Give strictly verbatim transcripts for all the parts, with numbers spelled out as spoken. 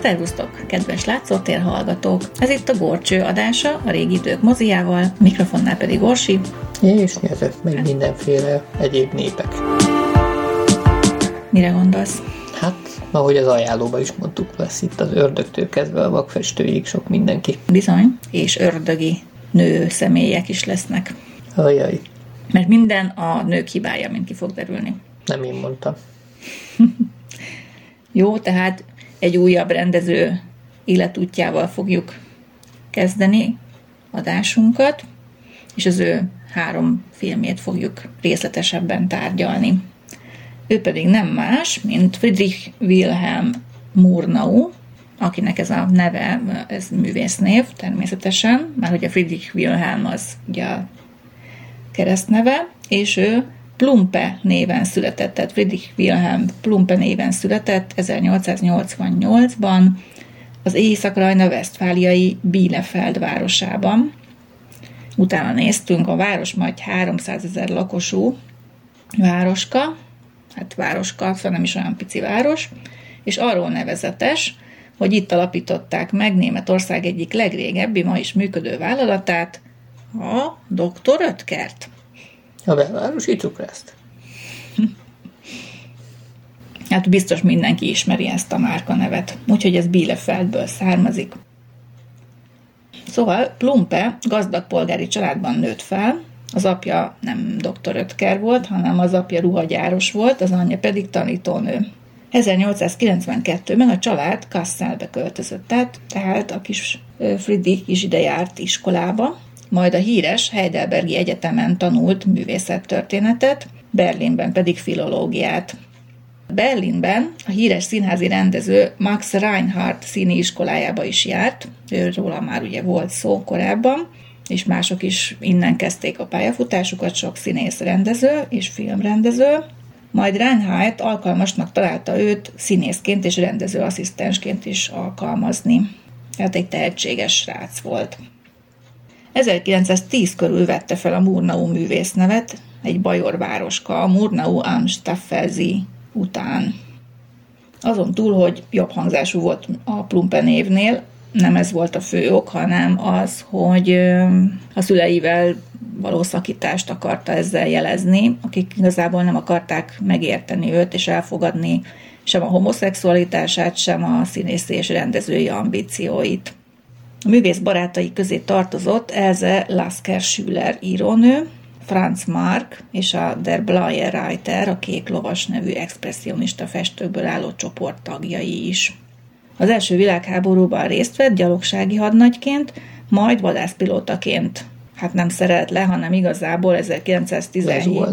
Szervusztok, kedves látszótér hallgatók! Ez itt a Górcső adása, a régi idők moziával, mikrofonnál pedig Orsi. És nyezett meg mindenféle egyéb népek. Mire gondolsz? Hát, ahogy az ajánlóban is mondtuk, lesz itt az ördögtől kezdve a vakfestőig sok mindenki. Bizony, és ördögi nő személyek is lesznek. Ajaj. Mert minden a nők hibája, mint ki fog derülni. Nem én mondtam. Jó, tehát egy újabb rendező életútjával fogjuk kezdeni adásunkat, és az ő három filmjét fogjuk részletesebben tárgyalni. Ő pedig nem más, mint Friedrich Wilhelm Murnau, akinek ez a neve, ez művésznév természetesen, már hogy a Friedrich Wilhelm az ugye a keresztneve, és ő Plumpe néven született, tehát Friedrich Wilhelm Plumpe néven született ezernyolcszáznyolcvannyolcban az észak-rajna-vesztfáliai Bielefeld városában. Utána néztünk, a város majd háromszázezer lakosú városka, hát városka, szóval nem is olyan pici város, és arról nevezetes, hogy itt alapították meg Németország egyik legrégebbi, ma is működő vállalatát, a doktor Oetkert. A belvárosi cukrást. Hát biztos mindenki ismeri ezt a márkanevet, úgyhogy ez Bielefeldből származik. Szóval Plumpe gazdag polgári családban nőtt fel, az apja nem doktor Oetker volt, hanem az apja ruhagyáros volt, az anyja pedig tanítónő. ezernyolcszázkilencvenkettőben a család Kasselbe költözött át, tehát a kis Friedrich is ide járt iskolába, majd a híres Heidelbergi Egyetemen tanult művészettörténetet, Berlinben pedig filológiát. Berlinben a híres színházi rendező Max Reinhardt színi iskolájába is járt, őróla már ugye volt szó korábban, és mások is innen kezdték a pályafutásukat, sok színész rendező és filmrendező, majd Reinhardt alkalmasnak találta őt színészként és rendezőasszisztensként is alkalmazni. Tehát egy tehetséges srác volt. ezerkilencszáztíz körül vette fel a Murnau művésznevet, egy bajor városka, a Murnau am Staffelsee után. Azon túl, hogy jobb hangzású volt a Plumpe névnél, nem ez volt a fő ok, hanem az, hogy a szüleivel való szakítást akarta ezzel jelezni, akik igazából nem akarták megérteni őt és elfogadni sem a homoszexualitását, sem a színészi és rendezői ambícióit. A művész barátai közé tartozott Else Lasker-Schüler írónő, Franz Marc és a Der Blaue Reiter, a Kék Lovas nevű expresszionista festőkből álló csoport tagjai is. Az első világháborúban részt vett gyalogsági hadnagyként, majd vadászpilótaként. Hát nem szerelt le, hanem igazából ezerkilencszáztizenhét.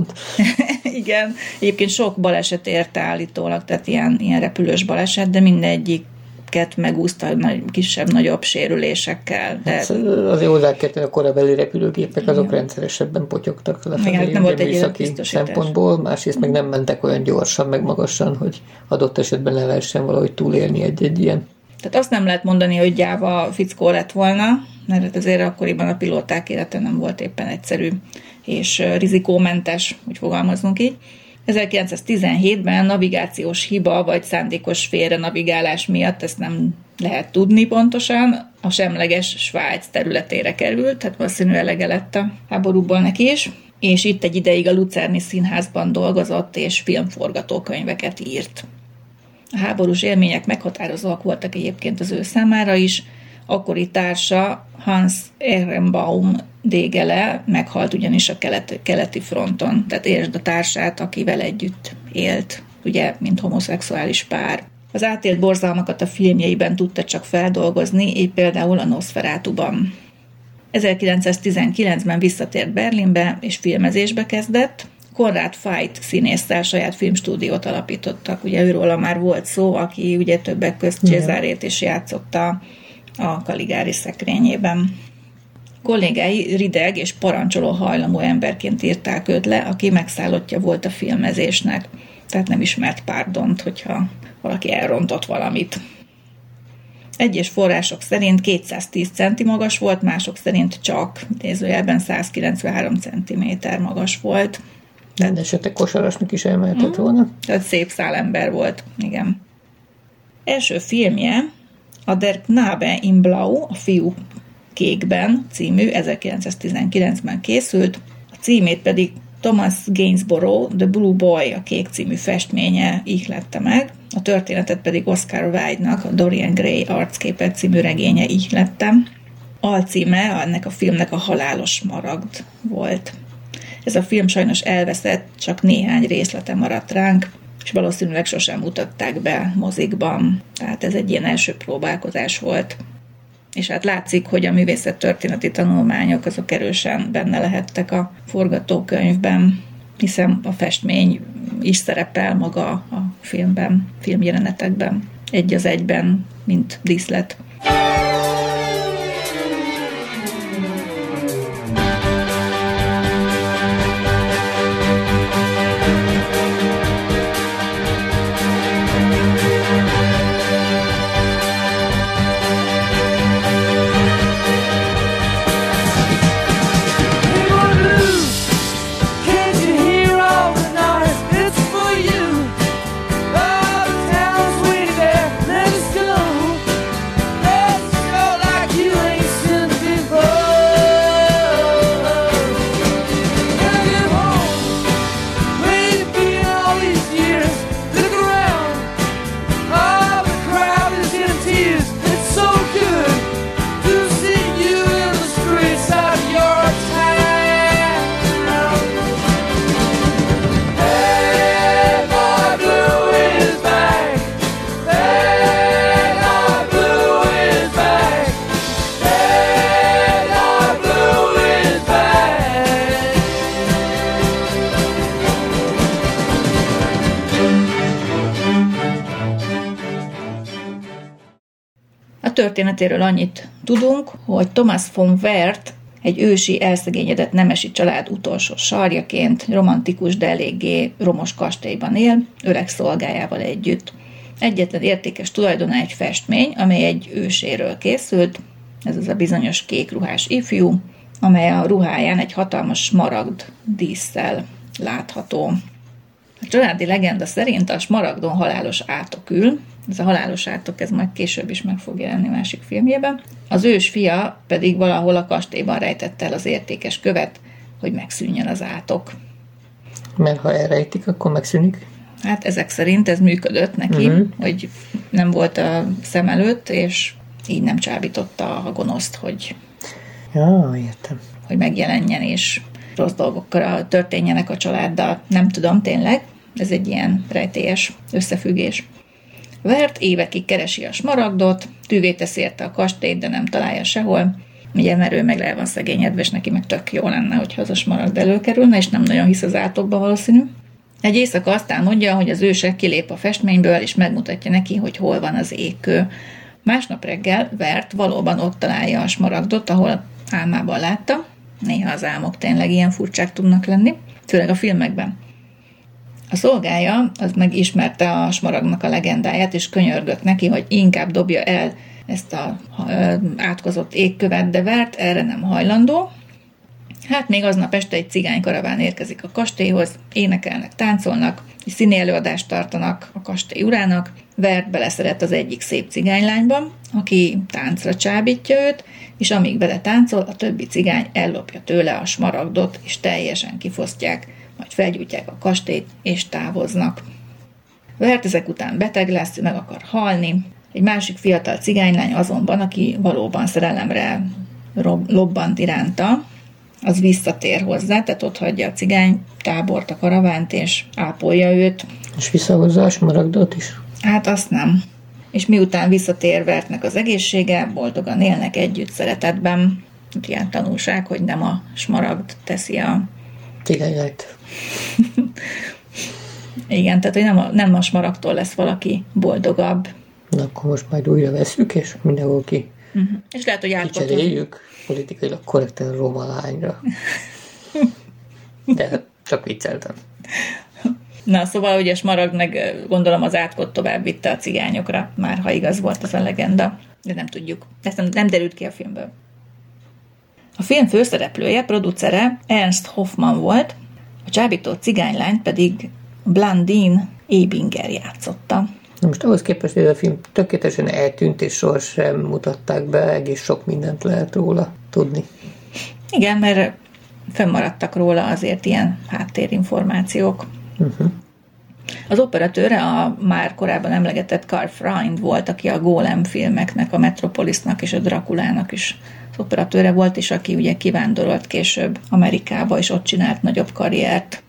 Igen, egyébként sok baleset érte állítólag, tehát ilyen, ilyen repülős baleset, de mindegyiket megúszta kisebb-nagyobb sérülésekkel. De... Hát azért hozzá kell, a korabeli repülőgépek azok igen. rendszeresebben potyogtak lefelé. Igen, nem volt egy biztosítás. Szempontból, másrészt meg nem mentek olyan gyorsan, meg magasan, hogy adott esetben le lehessen valahogy túlélni egy-egy ilyen. Tehát azt nem lehet mondani, hogy gyáva fickó lett volna, mert azért akkoriban a pilóták élete nem volt éppen egyszerű és rizikómentes, úgy fogalmazunk így. ezerkilencszáztizenhétben navigációs hiba vagy szándékos félre navigálás miatt, ezt nem lehet tudni pontosan, a semleges Svájc területére került, tehát valószínűleg elege lett a háborúból neki is, és itt egy ideig a Lucerni Színházban dolgozott és filmforgatókönyveket írt. A háborús élmények meghatározóak voltak egyébként az ő számára is, akkori társa Hans Ehrenbaum Dégele meghalt ugyanis a keleti, keleti fronton, tehát értsd a társát, akivel együtt élt, ugye, mint homoszexuális pár. Az átélt borzalmakat a filmjeiben tudta csak feldolgozni, így például a Nosferatuban. ezerkilencszáztizenkilencben visszatért Berlinbe és filmezésbe kezdett. Konrad Veidt színésszel saját filmstúdiót alapítottak, ugye őróla már volt szó, aki ugye többek közt Césarét is játszotta a Caligari szekrényében. Kollégái rideg és parancsoló hajlamú emberként írták őt le, aki megszállottja volt a filmezésnek, tehát nem ismert párdont, hogyha valaki elrontott valamit. Egyes források szerint kétszáztíz centi magas volt, mások szerint csak, idézőjelben százkilencvenhárom centiméter magas volt. De esetleg kosarasnak is elmehetett volna. Tehát szép szálember volt, igen. Első filmje a Der Knabe in Blau, a fiú kékben című ezerkilencszáztizenkilencben készült, a címét pedig Thomas Gainsborough The Blue Boy, a kék című festménye ihlette meg, a történetet pedig Oscar Wilde-nak a Dorian Gray arcképek című regénye ihlette. Alcíme ennek a filmnek a Halálos Smaragd volt. Ez a film sajnos elveszett, csak néhány részlete maradt ránk, és valószínűleg sosem mutatták be mozikban. Tehát ez egy ilyen első próbálkozás volt. És hát látszik, hogy a művészettörténeti tanulmányok azok erősen benne lehettek a forgatókönyvben, hiszen a festmény is szerepel maga a filmben, filmjelenetekben, egy az egyben, mint díszlet. Történetéről annyit tudunk, hogy Thomas von Werth egy ősi elszegényedett nemesi család utolsó sarjaként romantikus, de eléggé romos kastélyban él, öreg szolgájával együtt. Egyetlen értékes tulajdona egy festmény, amely egy őséről készült, ez az a bizonyos kékruhás ifjú, amely a ruháján egy hatalmas smaragd dísszel látható. A családi legenda szerint a smaragdon halálos átok ül, ez a halálos átok, ez majd később is meg fog jelenni másik filmjében. Az ős fia pedig valahol a kastélyban rejtette el az értékes követ, hogy megszűnjön az átok. Mert ha elrejtik, akkor megszűnik? Hát ezek szerint ez működött neki, uh-huh. hogy nem volt a szem előtt, és így nem csábította a gonoszt, hogy, ja, értem. hogy megjelenjen, és rossz dolgokkal történjenek a családdal. Nem tudom, tényleg, ez egy ilyen rejtélyes összefüggés. Werth évekig keresi a smaragdot, tűvé teszi érte a kastélyt, de nem találja sehol. Ugye, mert ő meg le van szegényedve, és neki meg tök jó lenne, hogyha az a smaragd előkerülne, és nem nagyon hisz az átokba valószínű. Egy éjszaka azt álmodja, hogy az őse kilép a festményből, és megmutatja neki, hogy hol van az égkő. Másnap reggel Werth valóban ott találja a smaragdot, ahol álmában látta. Néha az álmok tényleg ilyen furcsák tudnak lenni, főleg a filmekben. A szolgája az megismerte a smaragdnak a legendáját, és könyörgött neki, hogy inkább dobja el ezt a átkozott égkövet, de Werth erre nem hajlandó. Hát még aznap este egy cigánykaraván érkezik a kastélyhoz, énekelnek, táncolnak, és színi előadást tartanak a kastély urának. Werth beleszeret az egyik szép cigánylányba, aki táncra csábítja őt, és amíg vele táncol, a többi cigány ellopja tőle a smaragdot, és teljesen kifosztják, majd felgyújtják a kastélyt, és távoznak. Werth ezek után beteg lesz, meg akar halni. Egy másik fiatal cigánylány azonban, aki valóban szerelemre lobbant iránta, az visszatér hozzá, tehát ott hagyja a cigány tábort, a karavánt, és ápolja őt. És visszahozza a smaragdot is? Hát azt nem. És miután visszatér Werthnek az egészsége, boldogan élnek együtt szeretetben. Ilyen tanulság, hogy nem a smaragd teszi a... cigánylányt. Igen, tehát hogy nem a, nem a smaragdtól lesz valaki boldogabb. Na, akkor most majd újra veszük, és mindenhol ki uh-huh. És lehet, hogy kicseréljük politikailag korrekten roma lányra. De csak vicceltem. Na, szóval ugye smaragd meg gondolom az átkot tovább vitte a cigányokra, már ha igaz volt ez a legenda. De nem tudjuk. Ezt nem, nem derült ki a filmből. A film főszereplője, producere Ernst Hoffmann volt, a csábító cigánylányt pedig Blandine Ebinger játszotta. Na most ahhoz képest, hogy ez a film tökéletesen eltűnt, és sohasem mutatták be, egész sok mindent lehet róla tudni. Igen, mert fennmaradtak róla azért ilyen háttérinformációk. Uh-huh. Az operatőre a már korábban emlegetett Carl Freund volt, aki a Golem filmeknek, a Metropolisnak és a Draculának is az operatőre volt, és aki ugye kivándorolt később Amerikába, és ott csinált nagyobb karriert.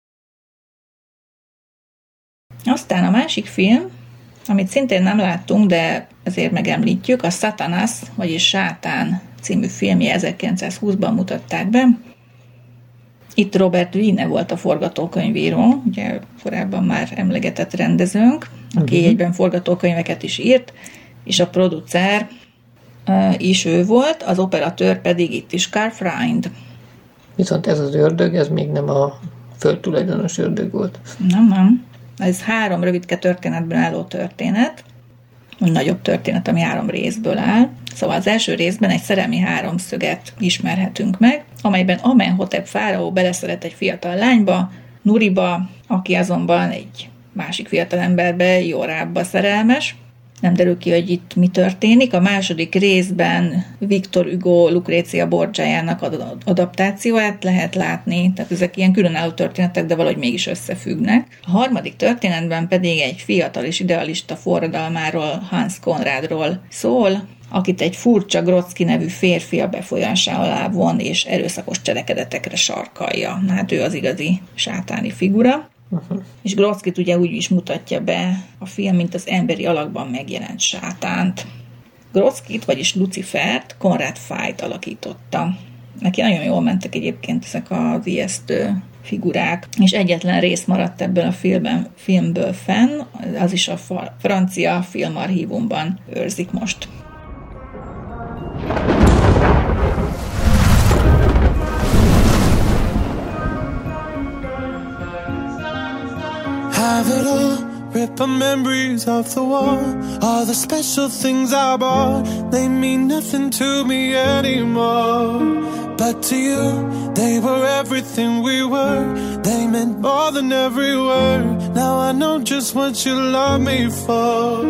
Aztán a másik film, amit szintén nem láttunk, de ezért megemlítjük, a Satanas, vagyis Sátán című filmje ezerkilencszázhúszban mutatták be. Itt Robert Wiene volt a forgatókönyvíró, ugye korábban már emlegetett rendezőnk, aki uh-huh. egyben forgatókönyveket is írt, és a producer uh, is ő volt, az operatőr pedig itt is Carl Freund. Viszont ez az ördög, ez még nem a földtulajdonos ördög volt. Nem, nem. Ez három rövidke történetből álló történet, egy nagyobb történet, ami három részből áll. Szóval az első részben egy szerelmi háromszöget ismerhetünk meg, amelyben Amenhotep fáraó beleszeret egy fiatal lányba, Nuriba, aki azonban egy másik fiatal emberbe, Jorábba szerelmes. Nem derül ki, hogy itt mi történik. A második részben Victor Hugo Lucrezia Borgiájának adaptációját lehet látni, tehát ezek ilyen különálló történetek, de valahogy mégis összefüggnek. A harmadik történetben pedig egy fiatal és idealista forradalmáról, Hans Konrádról szól, akit egy furcsa Grodzki nevű férfi a befolyása alá von, és erőszakos cselekedetekre sarkalja. Na, hát ő az igazi sátáni figura. Uh-huh. És Grodzkit ugye úgy is mutatja be a film, mint az emberi alakban megjelent sátánt. Grodzkit, vagyis Lucifert Konrad Veidt alakította. Neki nagyon jól mentek egyébként ezek az ijesztő figurák, és egyetlen rész maradt ebből a filmben, filmből fenn, az is a francia filmarchívumban őrzik most. Have it all, rip the memories of the war. All the special things I bought, they mean nothing to me anymore. But to you, they were everything we were. They meant more than every word. Now I know just what you love me for.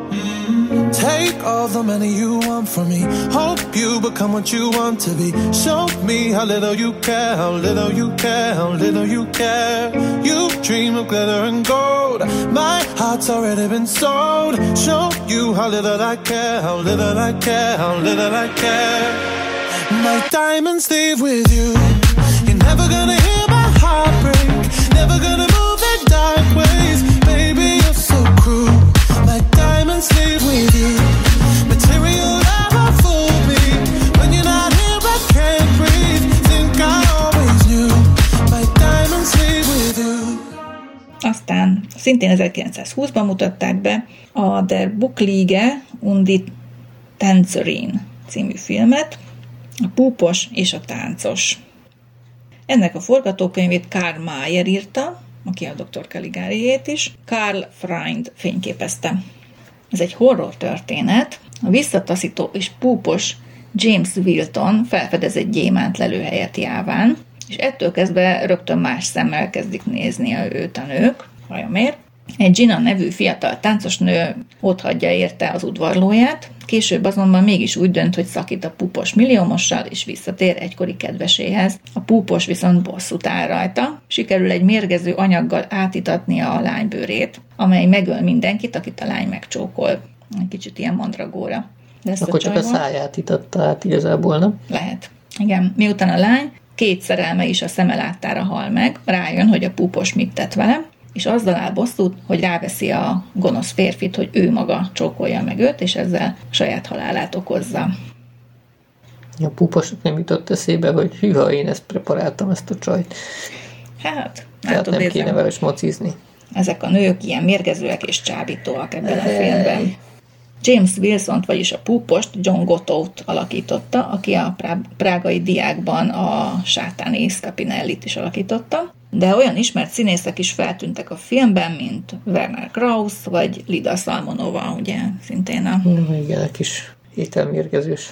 Mm. Take all the money you want from me. Hope you become what you want to be. Show me how little you care, how little you care, how little you care. You dream of glitter and gold. My heart's already been sold. Show you how little I care, how little I care, how little I care. My diamonds leave with you. You're never gonna hear my heart break. Never gonna move in dark ways. Baby, you're so cruel. My diamonds leave with you. Material never fooled me. When you're not here, I can't breathe. Think I always knew. My diamonds leave with you. Aztán szintén ezerkilencszázhúszban mutatták be a Der Bucklige und die Tänzerin című filmet, a púpos és a táncos. Ennek a forgatókönyvét Karl Mayer írta, aki a doktor Caligariét is, Carl Freund fényképezte. Ez egy horror történet, a visszataszító és púpos James Wilton felfedez egy gyémánt lelőhelyet Jáván, és ettől kezdve rögtön más szemmel kezdik nézni a őt a nők, vajon miért? Egy Gina nevű fiatal táncos nő otthagyja érte az udvarlóját, később azonban mégis úgy dönt, hogy szakít a púpos milliómossal, és visszatér egykori kedveséhez. A púpos viszont bosszút áll rajta, sikerül egy mérgező anyaggal átitatnia a lány bőrét, amely megöl mindenkit, akit a lány megcsókol. Egy kicsit ilyen mandragóra. Akkor a csak a száját itatta át igazából, nem? Lehet. Igen. Miután a lány két szerelme is a szeme láttára hal meg, rájön, hogy a púpos mit tett vele, és azzal áll bosszút, hogy ráveszi a gonosz férfit, hogy ő maga csókolja meg őt, és ezzel saját halálát okozza. A púposnak nem jutott eszébe, hogy hűha, én ezt preparáltam, ezt a csajt. Hát, tehát nem kéne vele mocizni. Ezek a nők ilyen mérgezőek és csábítóak ebben a filmben. James Wilsont, vagyis a púpost John Gottót alakította, aki a prágai diákban a sátáni Scapinellit is alakította, de olyan ismert színészek is feltűntek a filmben, mint Werner Krauss, vagy Lida Salmonova, ugye, szintén a... Mm, igen, egy kis ételmérgezős.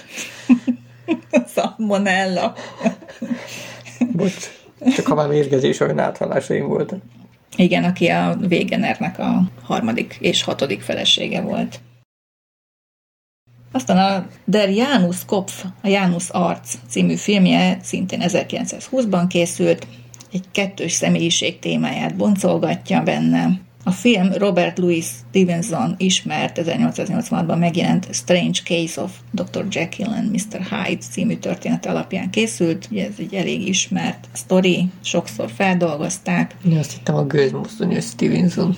Salmonella. Bocs, csak ha már mérgezés, olyan áthallásaim voltak. Igen, aki a Wegenernek a harmadik és hatodik felesége volt. Aztán a Der Janus Kopf, a Jánusz arc című filmje szintén ezerkilencszázhúszban készült, egy kettős személyiség témáját boncolgatja benne. A film Robert Louis Stevenson ismert ezernyolcszáznyolcvanhatban megjelent Strange Case of doktor Jekyll and miszter Hyde című történet alapján készült. Ugye ez egy elég ismert sztori, sokszor feldolgozták. Én azt hittem a gőzmozdonyos Stevenson.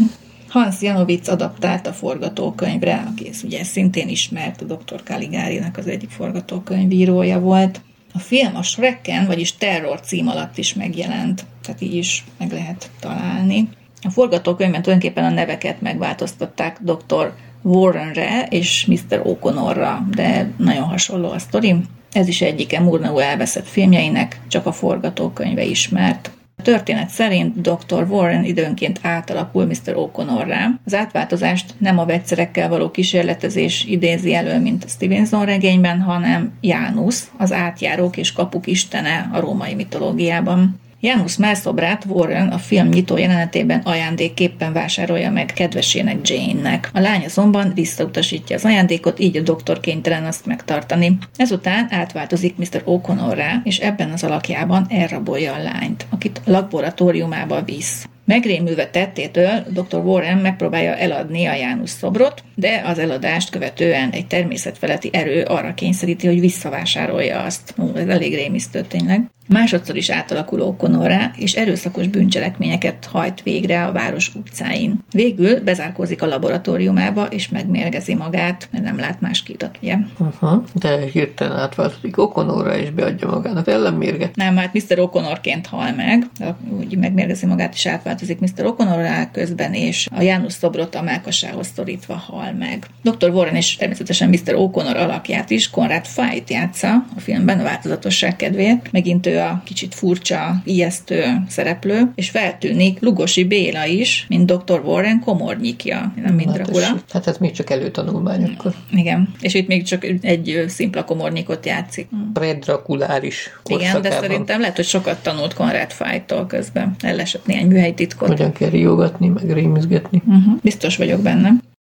Hans Janowitz adaptált a forgatókönyvre, aki ugye szintén ismert, a doktor Caligari-nak az egyik forgatókönyvírója volt. A film a Schrecken, vagyis Terror cím alatt is megjelent, tehát így is meg lehet találni. A forgatókönyvben tulajdonképpen a neveket megváltoztatták doktor Warrenre és miszter O'Connorra, de nagyon hasonló a sztori. Ez is egyike Murnau elveszett filmjeinek, csak a forgatókönyve ismert. A történet szerint doktor Warren időnként átalakul miszter O'Connorrá. Az átváltozást nem a vegyszerekkel való kísérletezés idézi elő, mint a Stevenson regényben, hanem Jánusz, az átjárók és kapuk istene a római mitológiában. Jánusz mellszobrát Warren a film nyitó jelenetében ajándékképpen vásárolja meg kedvesének, Jane-nek. A lány azonban visszautasítja az ajándékot, így a doktor kénytelen azt megtartani. Ezután átváltozik miszter O'Connorrá, és ebben az alakjában elrabolja a lányt, akit laboratóriumába visz. Megrémülve tettétől doktor Warren megpróbálja eladni a Jánusz szobrot, de az eladást követően egy természetfeletti erő arra kényszeríti, hogy visszavásárolja azt. Ó, ez elég rémisztő tényleg. Másodszor is átalakul O'Connorrá, és erőszakos bűncselekményeket hajt végre a város utcáin. Végül bezárkózik a laboratóriumába, és megmérgezi magát, mert nem lát más kiutat, ugye? Uh-huh. De hirtelen átváltozik O'Connorra, és beadja magának ellenmérget. Nem, hát miszter O'Connorként hal meg, úgy megmérgezi magát, és átváltozik miszter O'Connorra közben, és a Jánusz szobrot a mellkasához szorítva hal meg. doktor Warren és természetesen miszter O'Connor alakját is Conrad Veidt játsza a filmben a változatosság kedvéért. Megint ő a kicsit furcsa, ijesztő szereplő, és feltűnik Lugosi Béla is, mint doktor Warren komornyikja, nem mint Dracula. Hát ez még csak előtanulmányokkor. Igen, és itt még csak egy szimpla komornyikot játszik. Predrakuláris korszakában. Igen, de szerintem lehet, hogy sokat tanult Conrad Veidt-tól közben. Ellesett néhány műhelytitkot. Hogyan kell riogatni, meg rémizgetni. Uh-huh. Biztos vagyok benne.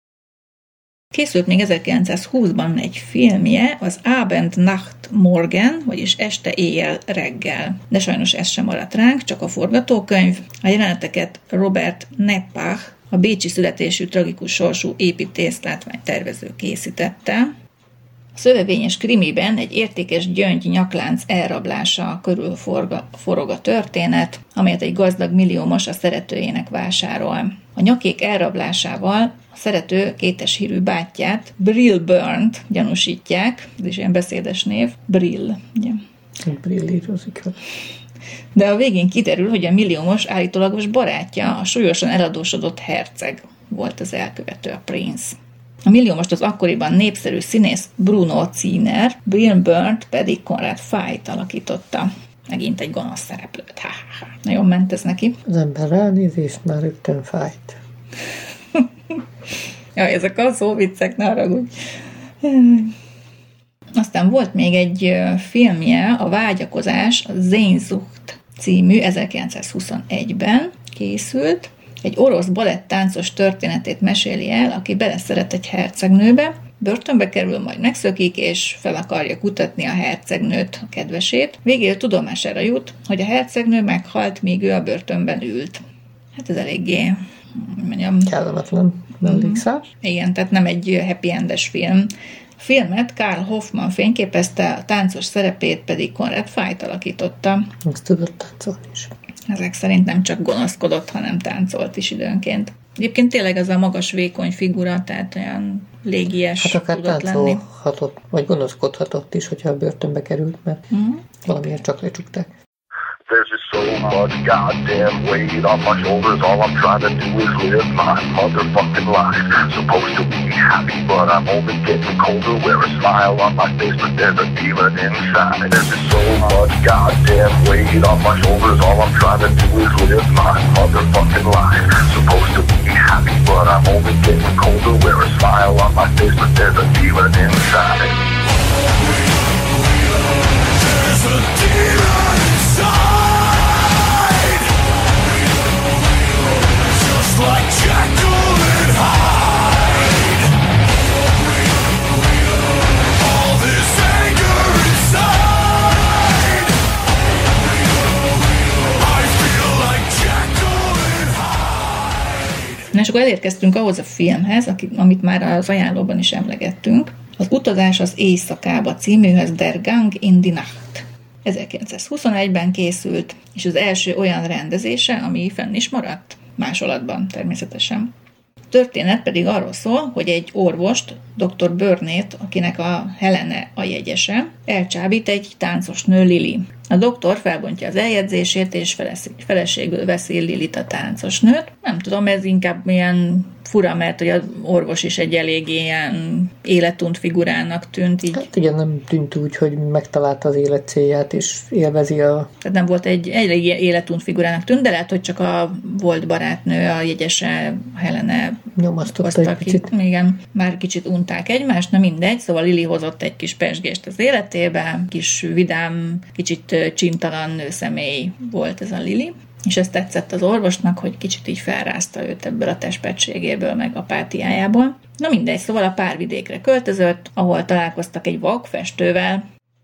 Készült még ezerkilencszázhúszban egy filmje, az Abend Nacht Morgen, vagyis Este éjjel reggel. De sajnos ez sem maradt ránk, csak a forgatókönyv. A jeleneteket Robert Neppach, a bécsi születésű tragikus sorsú építész látványtervező készítette. A szövevényes krimiben egy értékes gyöngy nyaklánc elrablása körül forga, forog a történet, amelyet egy gazdag milliómos a szeretőjének vásárol. A nyakék elrablásával a szerető kétes hírű bátyját, Brill Burnt gyanúsítják, ez is ilyen beszédes név, Brill. Ugye? Brillírozik. De a végén kiderül, hogy a milliómos állítólagos barátja, a súlyosan eladósodott herceg volt az elkövető, a Prince. A milliómost az akkoriban népszerű színész Bruno Ziner, Brill Burnt pedig Conrad Veidt alakította. Megint egy gonosz szereplőt. Ha, ha, ha. Nagyon ment ez neki. Az ember ránéz, és már rögtön fájt. Jaj, ezek a szóviccek, ne haragudj. Aztán volt még egy filmje, a Vágyakozás, a Sehnsucht című, ezerkilencszázhuszonegyben készült. Egy orosz balettáncos történetét meséli el, aki beleszeret egy hercegnőbe, börtönbe kerül, majd megszökik, és fel akarja kutatni a hercegnőt, a kedvesét. Végül tudomására jut, hogy a hercegnő meghalt, míg ő a börtönben ült. Hát ez eléggé, mondjam... kellemetlen mellékszál. Igen, tehát nem egy happy endes film. A filmet Karl Hoffman fényképezte, a táncos szerepét pedig Conrad Veidt alakította. Azt tudott táncolni is. Ezek szerint nem csak gonoszkodott, hanem táncolt is időnként. Egyébként tényleg az a magas, vékony figura, tehát olyan légies hát akár tudott lenni. Táncolhatott, vagy gonoszkodhatott is, hogyha a börtönbe került, mert mm. valamiért csak lecsukták. There's just so much goddamn weight on my shoulders. All I'm trying to do is live my motherfucking life. Supposed to be happy, but I'm only getting colder. Wear a smile on my face, but there's a demon inside. There's just so much goddamn weight on my shoulders. All I'm trying to do is live my motherfucking life. Supposed to be happy, but I'm only getting colder. Wear a smile on my face, but there's a demon inside. There's a demon inside. akkor elérkeztünk ahhoz a filmhez, amit már az ajánlóban is emlegettünk. Az Utazás az éjszakába címűhöz, Der Gang in die Nacht. ezerkilencszázhuszonegyben készült, és az első olyan rendezése, ami fenn is maradt, másolatban természetesen. A történet pedig arról szól, hogy egy orvost, doktor Burnett, akinek a Helene a jegyese, elcsábít egy táncos nő, Lili. A doktor felbontja az eljegyzését, és feleségül veszi Lilit, a táncos nőt. Nem tudom, ez inkább ilyen fura, mert hogy az orvos is egy elég ilyen életunt figurának tűnt. Így. Hát igen, nem tűnt úgy, hogy megtalálta az élet célját, és élvezi a... Tehát nem volt egy elég életunt figurának tűnt, de lehet, hogy csak a volt barátnő, a jegyese, Helene nyomasztotta egy picit. Igen, már kicsit unták egymást, na mindegy, szóval Lili hozott egy kis pezsgést az életébe, kis vidám, kicsit csintalan nőszemély volt ez a Lili, és ez tetszett az orvosnak, hogy kicsit így felrázta őt ebből a testpetségéből, meg apátiájából. Na mindegy, szóval a pár vidékre költözött, ahol találkoztak egy vakfestővel.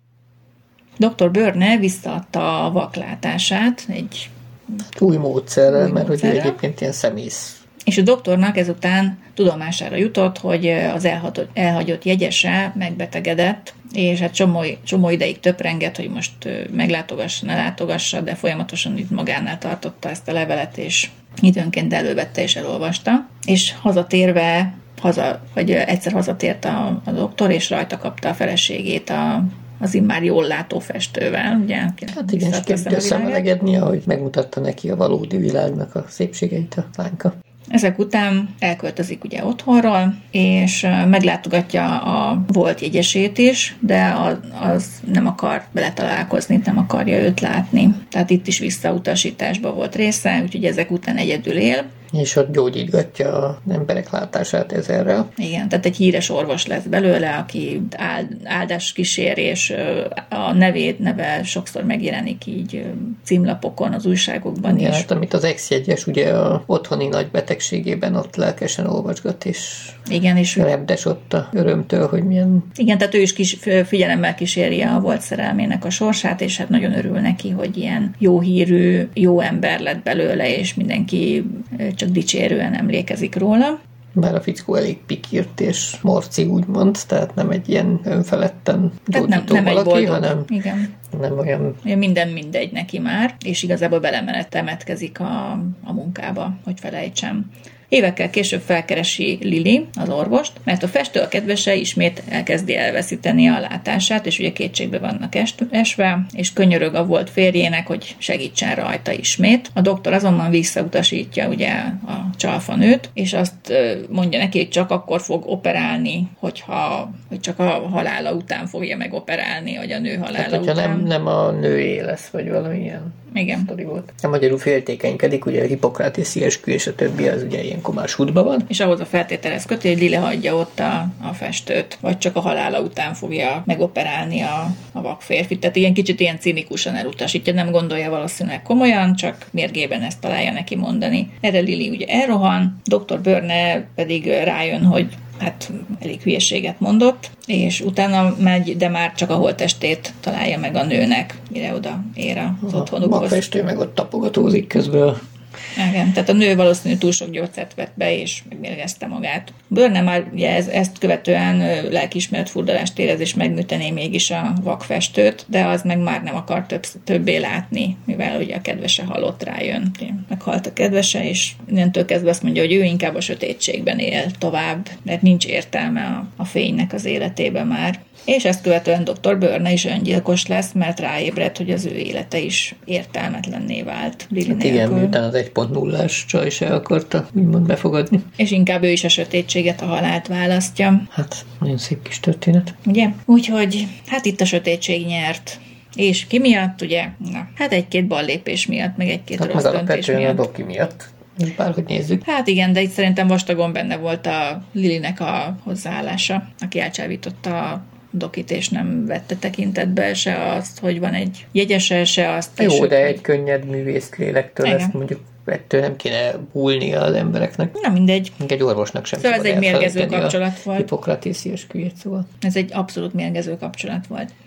doktor Burnett visszaadta a vaklátását egy új módszerrel, új mert módszerrel. hogy egyébként ilyen szemész. És a doktornak ezután tudomására jutott, hogy az elhagyott, elhagyott jegyese megbetegedett, és hát csomó, csomó ideig töprengett, hogy most meglátogassa, ne látogassa, de folyamatosan itt magánál tartotta ezt a levelet, és időnként elővette és elolvasta. És hazatérve, haza, vagy egyszer hazatért a, a doktor, és rajta kapta a feleségét a az immár jól látó festővel, ugye? Hát igen, és kezdte szemelegedni, ahogy megmutatta neki a valódi világnak a szépségeit a lányka. Ezek után elköltözik ugye otthonról, és meglátogatja a volt jegyesét is, de az, az nem akar beletalálkozni, nem akarja őt látni. Tehát itt is visszautasításba volt része, úgyhogy ezek után egyedül él. És ott gyógyítgatja az emberek látását ezerrel. Igen, tehát egy híres orvos lesz belőle, aki áldás kísér, és a nevét, neve sokszor megjelenik így címlapokon, az újságokban igen, is. Hát amit az ex-jegyes ugye a otthoni nagy betegségében ott lelkesen olvasgat, és igen, és repdes ott a örömtől, hogy milyen... Igen, tehát ő is kis, figyelemmel kíséri a volt szerelmének a sorsát, és hát nagyon örül neki, hogy ilyen jó hírű, jó ember lett belőle, és mindenki csak dicsérően emlékezik róla. Bár a fickó elég pikírt és morci, úgymond, tehát nem egy ilyen önfeledten gyógyító nem, nem valaki, boldog, hanem igen. nem olyan... Minden mindegy neki már, és igazából belemenet temetkezik a, a munkába, hogy felejtsem. Évekkel később felkeresi Lili, az orvost, mert a festő, a kedvese ismét elkezdi elveszíteni a látását, és ugye kétségbe vannak esve, és könyörög a volt férjének, hogy segítsen rajta ismét. A doktor azonban visszautasítja ugye a csalfanőt, és azt mondja neki, hogy csak akkor fog operálni, hogyha hogy csak a halála után fogja megoperálni, vagy a nő halála hát, hogyha után. Nem, nem a nőé lesz, vagy valamilyen igen. sztori volt. A magyarul féltékenykedik, ugye a Hippokrátiszi eskü és a többi, az ugye ilyenkor már sútban van. És ahhoz a feltételhez köti, hogy Lili hagyja ott a, a festőt, vagy csak a halála után fogja megoperálni a, a vakférfit. Tehát ilyen kicsit ilyen cinikusan elutasítja, nem gondolja valószínűleg komolyan, csak mérgében ezt találja neki mondani. Erre Lili ugye elrohan, doktor Burnett pedig rájön, hogy hát elég hülyeséget mondott, és utána megy, de már csak a holttestét találja meg a nőnek, mire oda ér az otthonukhoz. A vakfestő meg ott tapogatózik közben. Igen, tehát a nő valószínűleg túl sok gyógyszert vett be, és megmérgezte magát. Burnett már ugye ez, ezt követően lelkiismeretfurdalást érez, és megműtené mégis a vakfestőt, de az meg már nem akar több, többé látni, mivel ugye a kedvese halott, rájön. Meghalt a kedvese, és innentől kezdve azt mondja, hogy ő inkább a sötétségben él tovább, mert nincs értelme a, a fénynek az életében már. És ezt követően doktor Burnett is öngyilkos lesz, mert ráébred, hogy az ő élete is értelmetlenné vált. Lili hát igen, miután az egy pont nullás csaj se akarta úgymond befogadni. És inkább ő is a sötétséget, a halált választja. Hát, nagyon szép kis történet. Ugye? Úgyhogy, hát itt a sötétség nyert. És ki miatt, ugye? Na, hát egy-két ballépés miatt, meg egy-két hát rossz döntés miatt. a doki miatt. Bárhogy nézzük. Hát igen, de itt szerintem vastagon benne volt a Lilinek a hozzáállása, aki elcsávította a dokit, és nem vette tekintetbe se azt, hogy van egy jegyese, se azt. Jó, de egy könnyed művész lélektől ezt mondjuk ettől nem kéne húlni az embereknek. Na mindegy. Egy orvosnak sem. Szóval ez egy mérgező kapcsolat volt. Hippokratiszi esküjét, szóval. Ez egy abszolút mérgező kapcsolat volt.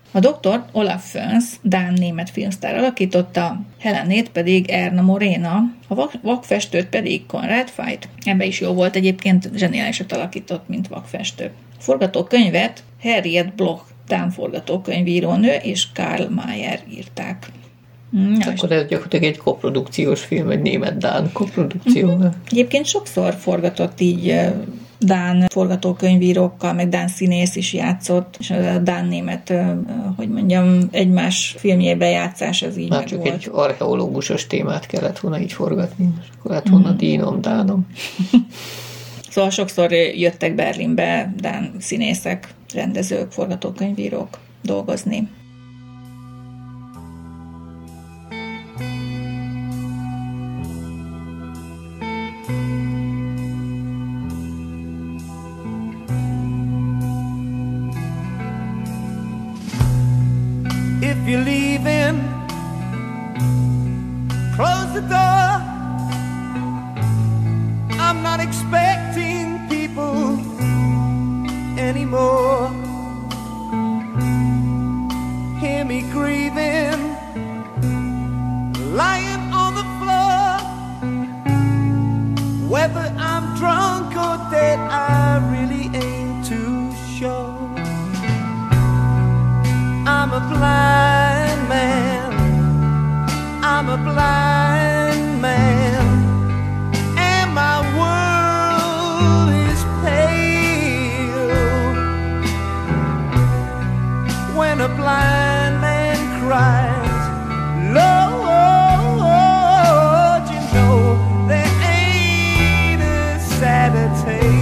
A doktor Olaf Föns, dán-német filmsztár alakította, Helenét pedig Erna Morena, a vak- vakfestőt pedig Conrad Veidt. Ebbe is jó volt egyébként, zseniálisat alakított, mint vakfestő. A forgatókönyvet Harriet Bloch, dán forgatókönyvírónő, és Karl Mayer írták. Na, akkor ez gyakorlatilag egy koprodukciós film, egy német-dán koprodukció. Uh-huh. Egyébként sokszor forgatott így dán forgatókönyvírókkal, meg dán színész is játszott, és a dán-német, hogy mondjam, egymás filmjében játszás, ez így már meg csak volt. egy archeológusos témát kellett volna így forgatni, és akkor lett volna uh-huh. dínom, dánom. Szóval sokszor jöttek Berlinbe dán színészek, rendezők, forgatókönyvírók dolgozni. If you're leaving, close the door. I'm not expecting people anymore. Hear me grieving, lying on the floor. Whether I'm drunk or dead, I really ain't too sure. I'm a blind man, I'm a blind man, and my world is pale. When a blind man cries, Lord, you know there ain't a sadder tale.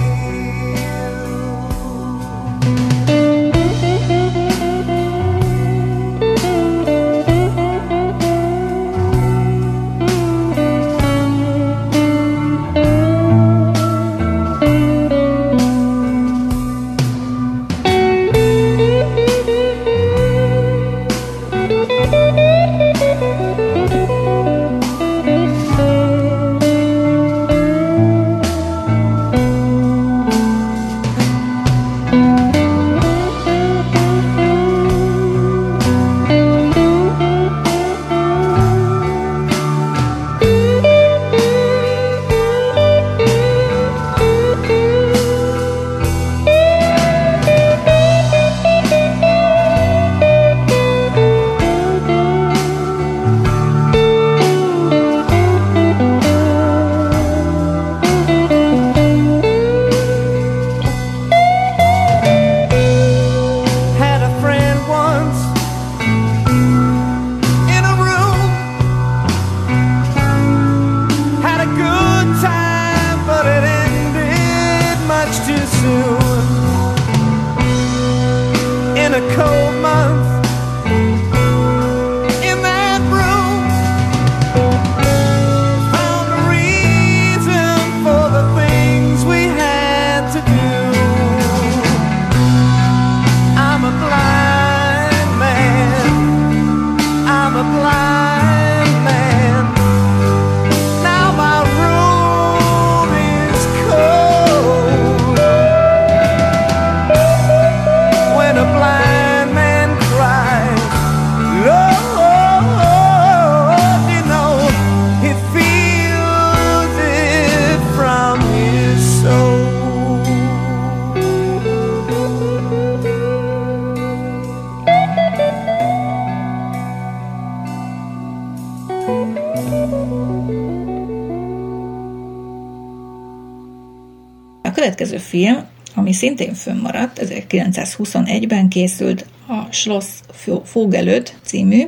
A következő film, ami szintén fönnmaradt, ezerkilencszázhuszonegyben készült, a Schloss Vogelöd című,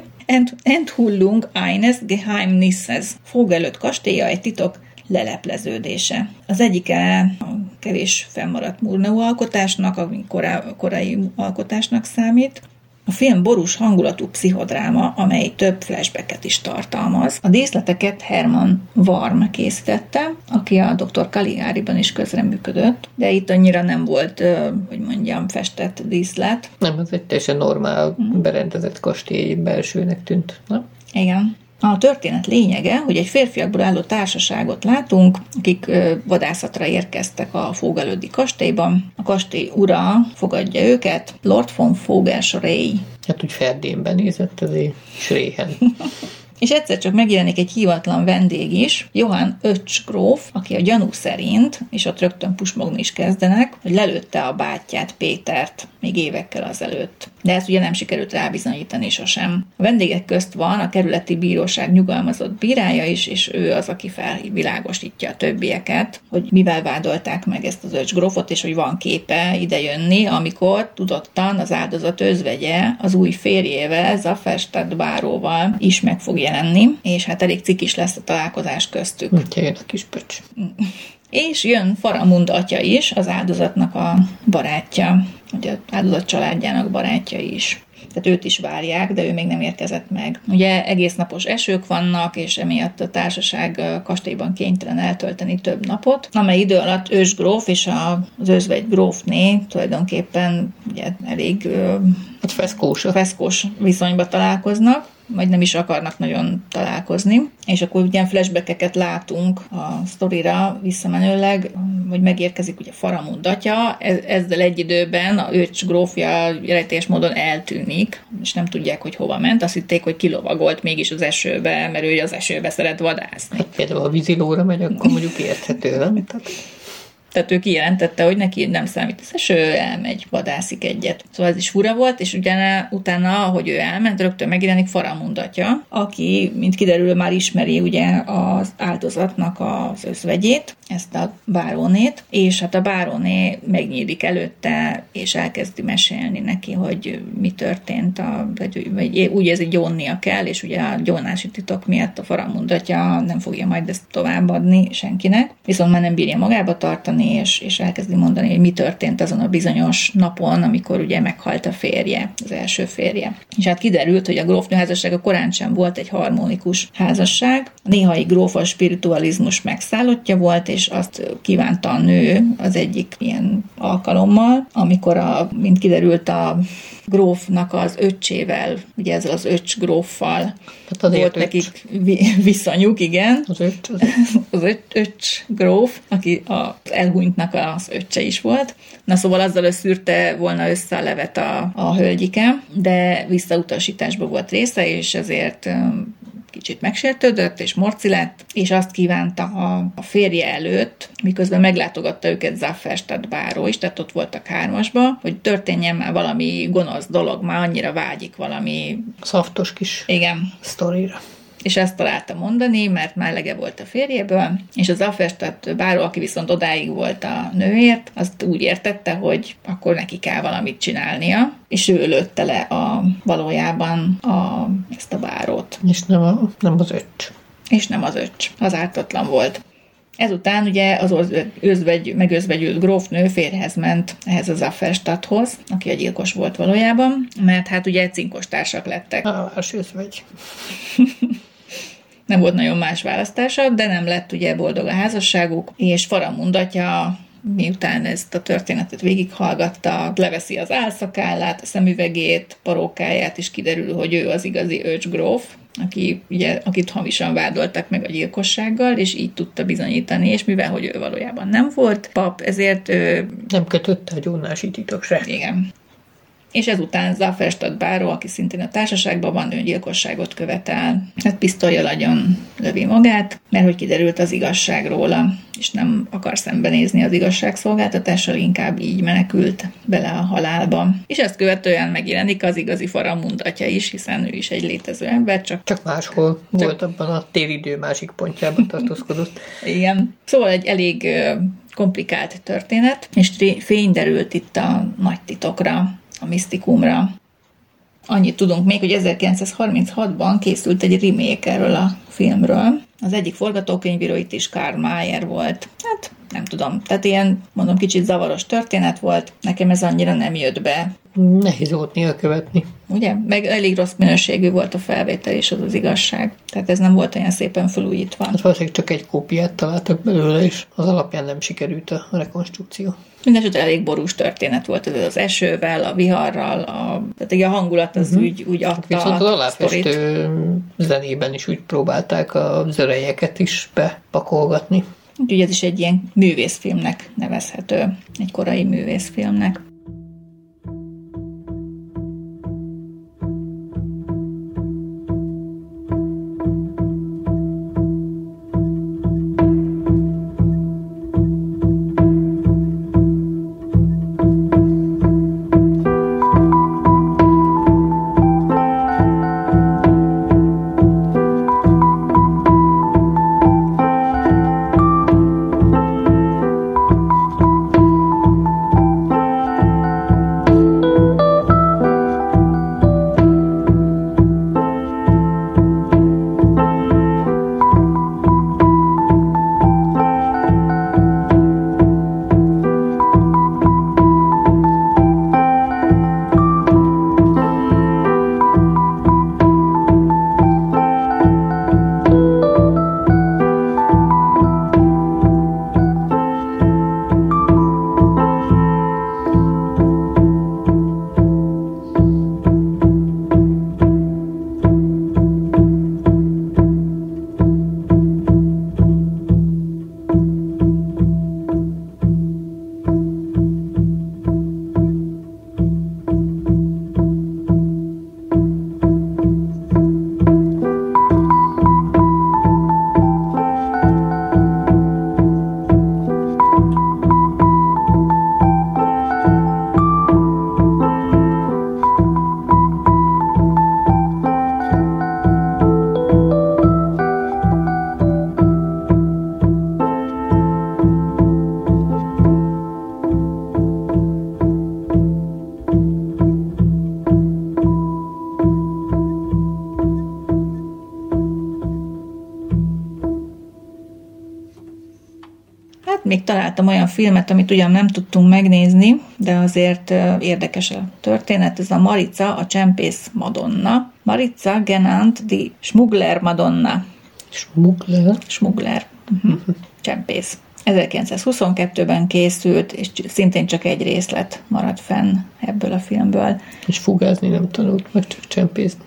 Enthüllung eines Geheimnisses, Vogelöd kastélya egy titok lelepleződése. Az egyike a kevés fennmaradt Murnau alkotásnak, ami korá, korai alkotásnak számít. A film borús hangulatú pszichodráma, amely több flashbacket is tartalmaz. A díszleteket Hermann Warm készítette, aki a doktor Caligariban is közreműködött, de itt annyira nem volt, hogy mondjam, festett díszlet. Nem, ez egy teljesen normál, hmm. berendezett kastély belsőnek tűnt. Na? Igen. A történet lényege, hogy egy férfiakból álló társaságot látunk, akik vadászatra érkeztek a Fogelödi kastélyban. A kastély ura fogadja őket, Lord von Fogelschrey. Hát úgy ferdénben nézett azért Schréhen. És egyszer csak megjelenik egy hívatlan vendég is, Johann Ötsch gróf, aki a gyanú szerint, és ott rögtön pusmogni is kezdenek, hogy lelőtte a bátyját, Pétert, még évekkel azelőtt. De ezt ugye nem sikerült rábizonyítani sosem. A vendégek közt van a kerületi bíróság nyugalmazott bírája is, és ő az, aki felvilágosítja a többieket, hogy mivel vádolták meg ezt az Ötsch grófot, és hogy van képe idejönni, amikor tudottan az áldozat özvegye az új férjével, Zafferstadt báróval is meg fog jelenni, és hát elég cikis lesz a találkozás köztük. Úgyhogy jön a kis pöcs. És jön Faramund atya is, az áldozatnak a barátja, ugye az áldozat családjának barátja is. Tehát őt is várják, de ő még nem érkezett meg. Ugye egész napos esők vannak, és emiatt a társaság kastélyban kénytelen eltölteni több napot, amely idő alatt Ötsch gróf és az özvegy grófné tulajdonképpen ugye elég hát feszkós. feszkós viszonyba találkoznak, vagy nem is akarnak nagyon találkozni, és akkor ugye flashbackeket látunk a sztorira visszamenőleg, hogy megérkezik ugye Faramund atya, ezzel egy időben a Ötsch grófja rejtélyes módon eltűnik, és nem tudják, hogy hova ment, azt hitték, hogy kilovagolt mégis az esőbe, mert ő az esőbe szeret vadászni. Hát például ha vízilóra megy, akkor mondjuk érthető, nem? Tehát ő kijelentette, hogy neki nem számít az eső, elmegy, vadászik egyet. Szóval ez is fura volt, és ugyan, utána, ahogy ő elment, rögtön megjelenik Faramund atya, aki, mint kiderül, már ismeri ugye az áldozatnak az özvegyét, ezt a bárónét, és hát a báróné megnyílik előtte, és elkezdi mesélni neki, hogy mi történt, a, vagy, vagy úgy ez egy gyónnia kell, és ugye a gyónási titok miatt a Faramund atya nem fogja majd ezt továbbadni senkinek, viszont már nem bírja magába tartani, És, és elkezdi mondani, hogy mi történt azon a bizonyos napon, amikor ugye meghalt a férje, az első férje. És hát kiderült, hogy a grófnő házassága korán sem volt egy harmonikus házasság. A néhai gróf a spiritualizmus megszállottja volt, és azt kívánta a nő az egyik ilyen alkalommal, amikor, a, mint kiderült, a grófnak az öccsével, ugye ezzel az Ötsch gróffal hát volt nekik viszonyuk, igen. Az Ötsch, az, az Ötsch gróf, aki az elhunytnak az öccse is volt. Na szóval azzal összűrte volna össze a levet a, a hölgyike, de visszautasításba volt része, és ezért kicsit megsértődött, és morci lett, és azt kívánta a, a férje előtt, miközben meglátogatta őket Zafferstadt báró is, tehát ott voltak hármasba, hogy történjen már valami gonosz dolog, már annyira vágyik valami... szaftos kis igen. sztorira. És ezt találta mondani, mert már elege volt a férjéből, és az Zafferstadt báró, aki viszont odáig volt a nőért, azt úgy értette, hogy akkor neki kell valamit csinálnia, és ő lőtte le a, valójában a, ezt a bárót. És nem, a, nem az Ötsch. És nem az Ötsch. Az ártatlan volt. Ezután ugye az özvegy, megözvegyült grófnő férjhez ment ehhez a Zafferstadthoz, aki a gyilkos volt valójában, mert hát ugye cinkos társak lettek. Állás özvegy. Nem volt nagyon más választása, de nem lett ugye boldog a házasságuk, és Faramund atya, miután ezt a történetet végighallgatta, leveszi az álszakállát, a szemüvegét, parókáját, és kiderül, hogy ő az igazi Ötsch gróf, aki, ugye, akit hamisan vádoltak meg a gyilkossággal, és így tudta bizonyítani, és mivel, hogy ő valójában nem volt pap, ezért ő... nem kötötte a gyónási titok se. Igen. És ezután Zafferstadt báró, aki szintén a társaságban van, öngyilkosságot követel. Hát pisztollyal agyon lövi magát, mert hogy kiderült az igazság róla, és nem akar szembenézni az igazságszolgáltatással, inkább így menekült bele a halálba. És ezt követően megjelenik az igazi Faramund atya is, hiszen ő is egy létező ember, csak... Csak máshol csak... volt, abban a téridő másik pontjában tartózkodott. Igen. Szóval egy elég komplikált történet, és fény derült itt a nagy titokra, a misztikumra. Annyit tudunk még, hogy ezerkilencszázharminchatban készült egy remake erről a filmről. Az egyik forgatókönyvíró itt is Karl Mayer volt. Hát nem tudom. Tehát ilyen, mondom, kicsit zavaros történet volt, nekem ez annyira nem jött be. Nehéz volt néha követni. Ugye? Meg elég rossz minőségű volt a felvétel, és az az igazság. Tehát ez nem volt olyan szépen felújítva. Hát valószínűleg csak egy kópiát találtak belőle, és az alapján nem sikerült a rekonstrukció. Mindenesetre elég borús történet volt ez az esővel, a viharral, a, tehát a hangulat az uh-huh. úgy, úgy adta viszont az a aláfestő zenében is úgy próbálták az örejeket is bepakolgatni. Úgyhogy ez is egy ilyen művészfilmnek nevezhető, egy korai művészfilmnek. Még találtam olyan filmet, amit ugyan nem tudtunk megnézni, de azért érdekes a történet. Ez a Marica, a csempész Madonna. Marica genannt die Schmuggler Madonna. Schmuggler? Schmuggler. Uh-huh. Csempész. ezerkilencszázhuszonkettőben készült, és szintén csak egy részlet maradt fenn ebből a filmből. És fugázni nem tanult, meg csak csempészni.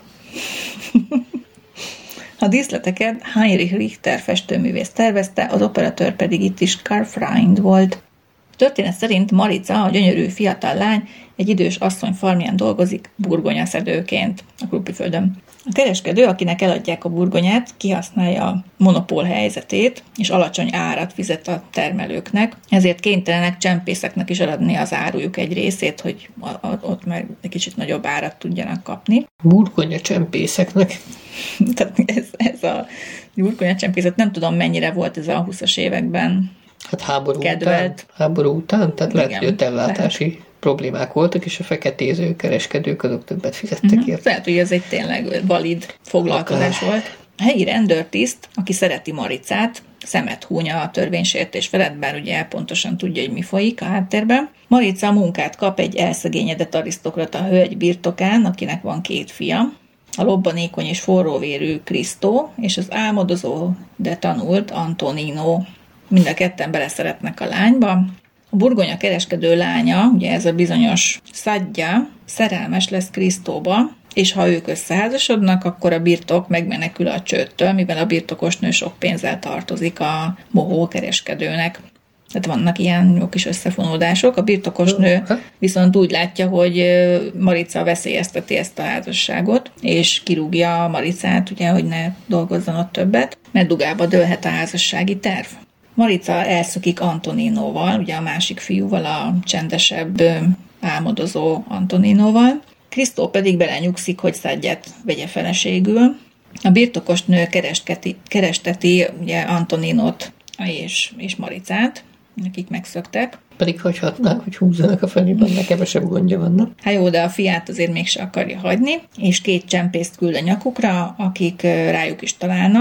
A díszleteket Heinrich Richter festőművész tervezte, az operatőr pedig itt is Karl Freund volt. A történet szerint Marica, a gyönyörű fiatal lány, egy idős asszony farmján dolgozik burgonyaszedőként a Krupiföldön. A kereskedő, akinek eladják a burgonyát, kihasználja a monopól helyzetét, és alacsony árat fizet a termelőknek, ezért kénytelenek csempészeknek is eladni az árujuk egy részét, hogy ott meg egy kicsit nagyobb árat tudjanak kapni. Burgonya csempészeknek. Tehát ez, ez a burgonya csempészet, nem tudom mennyire volt ez a húszas években Hát háború kedvelt. után, háború után, tehát Igen, lehet, hogy ott ellátási lehet. problémák voltak, és a feketéző kereskedők azok többet fizettek uh-huh. érte. Lehet, hogy ez egy tényleg valid foglalkozás Akár. volt. A helyi rendőrtiszt, aki szereti Maricát, szemet húnya a törvénysértés felett, bár ugye pontosan tudja, hogy mi folyik a háttérben. Marica munkát kap egy elszegényedett arisztokrata hölgy birtokán, akinek van két fia. A lobbanékony és forróvérű Krisztó, és az álmodozó, de tanult Antonino. Mind a ketten beleszeretnek a lányba. A burgonya kereskedő lánya, ugye ez a bizonyos Szadja, szerelmes lesz Krisztóba, és ha ők összeházasodnak, akkor a birtok megmenekül a csődtől, mivel a birtokos nő sok pénzzel tartozik a mohó kereskedőnek. Tehát vannak ilyen jó kis összefonódások. A birtokos nő viszont úgy látja, hogy Marica veszélyezteti ezt a házasságot, és kirúgja Maricát, ugye, hogy ne dolgozzon ott többet, mert dugába dőlhet a házassági terv. Marica elszökik Antoninóval, ugye a másik fiúval, a csendesebb, álmodozó Antoninóval. Krisztó pedig belenyugszik, hogy Szadját vegye feleségül. A birtokos nő keresteti, keresteti ugye Antoninót és, és Maricát, akik megszöktek. Pedig hagyhatnák, hogy húzzanak a felében, meg kevesebb gondja vannak. Hát jó, de a fiát azért mégse akarja hagyni, és két csempészt küld a nyakukra, akik rájuk is találnak.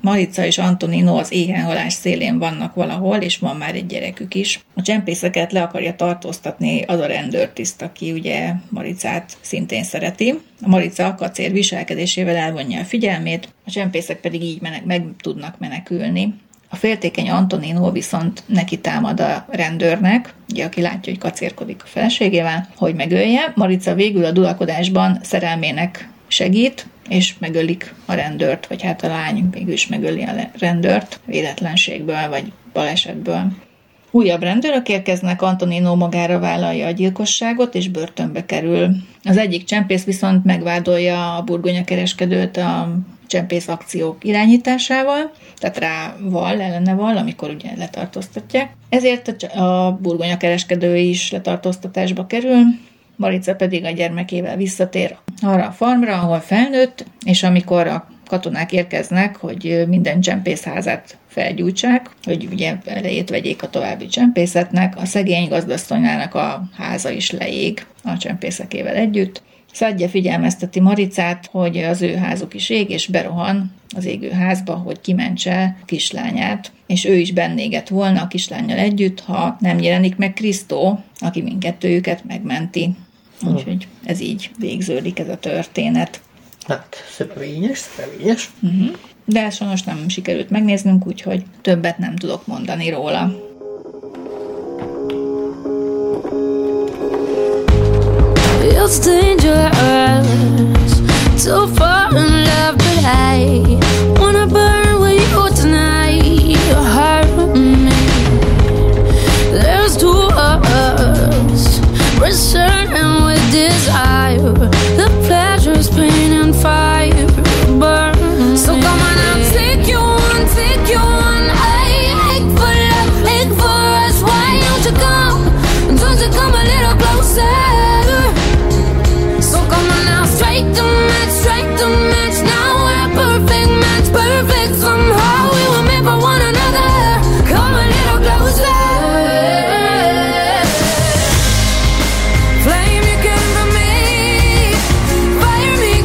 Marica és Antonino az éhenhalás szélén vannak valahol, és van már egy gyerekük is. A csempészeket le akarja tartóztatni az a rendőrtiszt, aki ugye Maricát szintén szereti. A Marica kacér viselkedésével elvonja a figyelmét, a csempészek pedig így menek, meg tudnak menekülni. A féltékeny Antonino viszont neki támad a rendőrnek, ugye, aki látja, hogy kacérkodik a feleségével, hogy megölje. Marica végül a dulakodásban szerelmének segít, és megölik a rendőrt, vagy hát a lány végül is megöli a rendőrt véletlenségből, vagy balesetből. Újabb rendőrök érkeznek, Antonino magára vállalja a gyilkosságot, és börtönbe kerül. Az egyik csempész viszont megvádolja a burgonyakereskedőt a csempész akciók irányításával, tehát rá vall, ellene vall, amikor ugye letartóztatják. Ezért a burgonyakereskedő is letartóztatásba kerül, Marica pedig a gyermekével visszatér arra a farmra, ahol felnőtt, és amikor a katonák érkeznek, hogy minden csempészházát felgyújtsák, hogy ugye elejét vegyék a további csempészetnek, a szegény gazdasszonyának a háza is leég a csempészekével együtt. Szadja figyelmezteti Maricát, hogy az ő házuk is ég, és berohan az égő házba, hogy kimentse a kislányát, és ő is bennéget volna a kislánnyal együtt, ha nem jelenik meg Krisztó, aki mindkettőjüket megmenti. Úgyhogy ez így végződik ez a történet. Hát, szövevényes, szövevényes. Uh-huh. De sajnos nem sikerült megnéznünk, úgyhogy többet nem tudok mondani róla. It's dangerous, so far in love, but I wanna burn with you tonight. You hurt me. There's two of us, returning with desire. The pleasure's pain and fire burn. So come on, I'll take you on, take you on. I ache for love, ache for us. Why don't you come? Don't you come a little closer? Strike the match, strike the match. Now we're a perfect match, perfect somehow. We were made for one another. Come a little closer. Flame you came from me. Fire me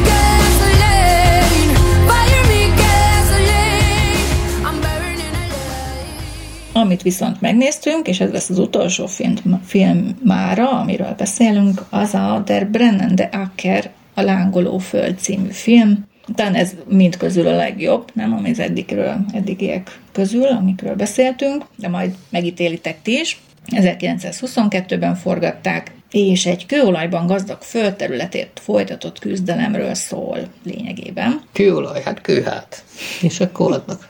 gasoline. Fire me gasoline. I'm burning alive. Amit viszont megnéztünk, és ez lesz az utolsó film, film mára, amiről beszélünk, az a Der brennende Acker, a Lángoló föld című film. Talán ez mind közül a legjobb, nem, ami az eddigről, eddigiek közül, amikről beszéltünk, de majd megítélitek ti is. ezerkilencszázhuszonkettőben forgatták, és egy kőolajban gazdag földterületért folytatott küzdelemről szól lényegében. Kőolaj, hát kőhát. És akkor adnak.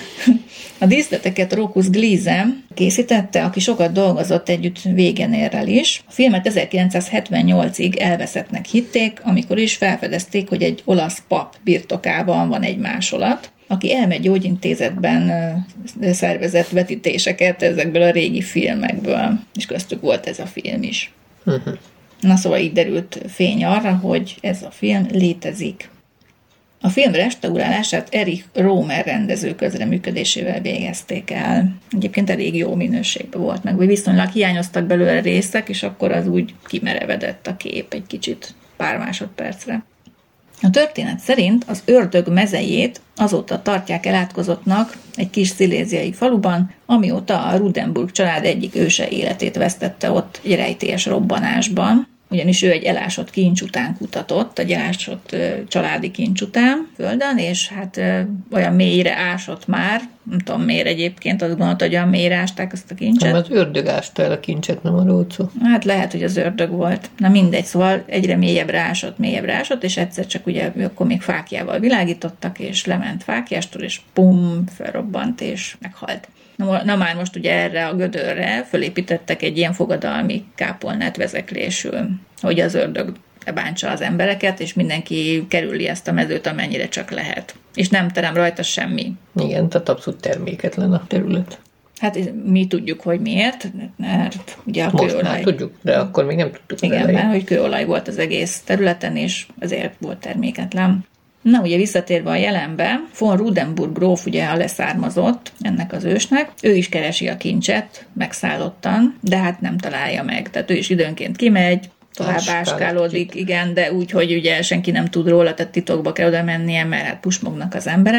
A díszleteket Rokus Gliese készítette, aki sokat dolgozott együtt Wegenerrel is. A filmet ezerkilencszázhetvennyolcig elveszettnek hitték, amikor is felfedezték, hogy egy olasz pap birtokában van egy másolat, aki elmegy gyógyintézetben szervezett vetítéseket ezekből a régi filmekből, és köztük volt ez a film is. Uh-huh. Na szóval így derült fény arra, hogy ez a film létezik. A film restaurálását Erich Rohmer rendező közreműködésével végezték el. Egyébként elég jó minőségben volt meg, vagy viszonylag hiányoztak belőle részek, és akkor az úgy kimerevedett a kép egy kicsit pár másodpercre. A történet szerint az ördög mezejét azóta tartják elátkozottnak egy kis sziléziai faluban, amióta a Rudenburg család egyik őse életét vesztette ott egy rejtélyes robbanásban, ugyanis ő egy elásott kincs után kutatott, egy elásott családi kincs után földön, és hát olyan mélyre ásott már, nem tudom miért egyébként, azt gondolta, hogy olyan mélyre ásták azt a kincset. Nem, az ördög ásta el a kincset, nem a rócó. Hát lehet, hogy az ördög volt. Na mindegy, szóval egyre mélyebbre ásott, mélyebbre ásott, és egyszer csak ugye akkor még fákjával világítottak, és lement fákjástól, és pum, felrobbant, és meghalt. Na, na már most ugye erre a gödörre fölépítettek egy ilyen fogadalmi kápolnát vezeklésül, hogy az ördög bántsa az embereket, és mindenki kerüli ezt a mezőt, amennyire csak lehet. És nem terem rajta semmi. Igen, tehát abszolút terméketlen a terület. Hát mi tudjuk, hogy miért, mert ugye a most kőolaj... már tudjuk, de akkor még nem tudtuk. Igen, mert hogy kőolaj volt az egész területen, és azért volt terméketlen. Na, ugye visszatérve a jelenbe, von Rudenburg gróf ugye a leszármazott ennek az ősnek, ő is keresi a kincset megszállottan, de hát nem találja meg. Tehát ő is időnként kimegy, tovább áskálódik, igen, de úgy, hogy ugye senki nem tud róla, tehát titokba kell oda mennie, mert hát pusmognak az emberek.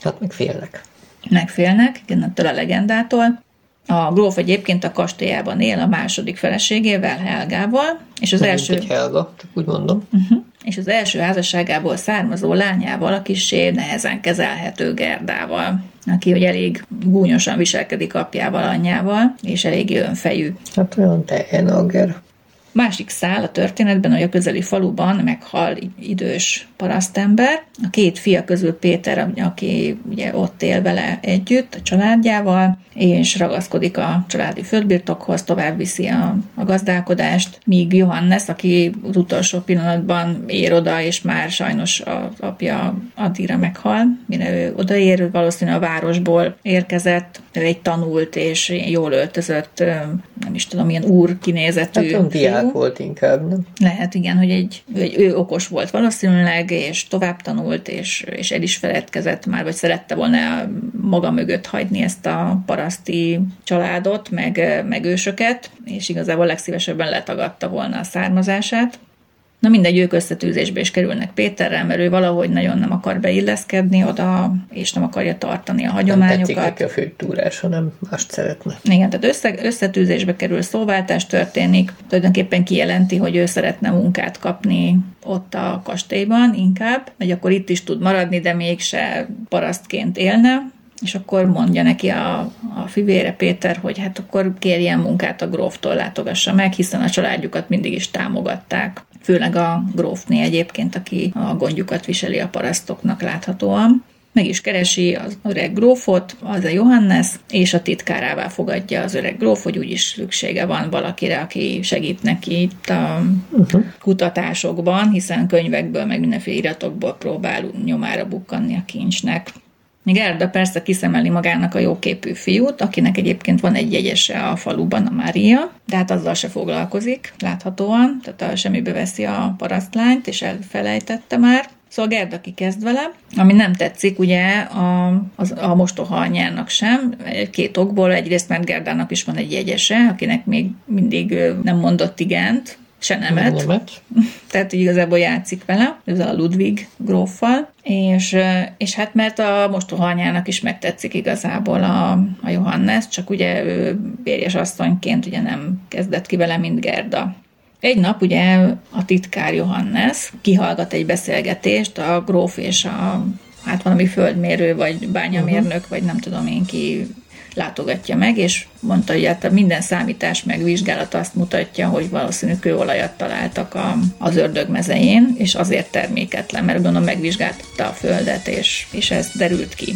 Hát meg félnek. Megfélnek, igen, ettől a legendától. A gróf egyébként a kastélyában él a második feleségével, Helgával, és az nem első... egy Helga, csak úgy mondom. Uh-huh. És az első házasságából származó lányával, a kissé nehezen kezelhető Gerdával, aki hogy elég gúnyosan viselkedik apjával, anyjával, és eléggé önfejű. Hát olyan tehenager. Másik szál a történetben, hogy a közeli faluban meghal idős parasztember. A két fia közül Péter, aki ugye ott él vele együtt, a családjával, és ragaszkodik a családi földbirtokhoz, tovább viszi a, a gazdálkodást, míg Johannes, aki az utolsó pillanatban ér oda, és már sajnos az apja addigra meghal, mire ő odaér, valószínűleg a városból érkezett, ő egy tanult és jól öltözött, nem is tudom, ilyen úr kinézetű. Hát diák volt inkább, nem? Lehet, igen, hogy egy, egy, ő okos volt valószínűleg, és tovább tanult, és, és el is feledkezett már, vagy szerette volna maga mögött hagyni ezt a paraszti családot, meg, meg ősöket, és igazából legszívesebben letagadta volna a származását. Na mindegy, ők összetűzésbe is kerülnek Péterrel, mert ő valahogy nagyon nem akar beilleszkedni oda, és nem akarja tartani a hagyományokat. Nem tetszik neki a főtúrás, hanem mást szeretne. Igen, tehát össze, összetűzésbe kerül, szóváltás történik, tulajdonképpen kijelenti, hogy ő szeretne munkát kapni ott a kastélyban inkább, vagy akkor itt is tud maradni, de mégse parasztként élne, és akkor mondja neki a, a fivére Péter, hogy hát akkor kérjen munkát a gróftól, látogassa meg, hiszen a családjukat mindig is támogatták. Főleg a grófné egyébként, aki a gondjukat viseli a parasztoknak láthatóan. Meg is keresi az öreg grófot, az a Johannes, és a titkárává fogadja az öreg gróf, hogy úgyis szüksége van valakire, aki segít neki itt a uh-huh. kutatásokban, hiszen könyvekből, meg mindenféle iratokból próbál nyomára bukkanni a kincsnek. Gerda persze kiszemeli magának a jóképű fiút, akinek egyébként van egy jegyese a faluban, a Mária, de hát azzal se foglalkozik, láthatóan, tehát a semmibe veszi a parasztlányt, és elfelejtette már. Szóval Gerda kikezd vele, ami nem tetszik ugye a, a, a mostoha anyjának sem, két okból, egyrészt mert Gerdának is van egy jegyese, akinek még mindig nem mondott igent, se nemet. nemet. Tehát igazából játszik vele, ezzel a Ludwig gróffal, és, és hát mert a mostoha anyának is megtetszik igazából a, a Johannes, csak ugye ő férjes asszonyként ugye nem kezdett ki vele, mint Gerda. Egy nap ugye a titkár Johannes kihallgat egy beszélgetést, a gróf és a hát valami földmérő, vagy bányamérnök, uh-huh. vagy nem tudom én ki látogatja meg, és mondta, hogy hát minden számítás meg vizsgálat azt mutatja, hogy valószínű kőolajat találtak a, az ördög mezején, és azért terméketlen, mert gondolom megvizsgáltatta a földet, és, és ez derült ki.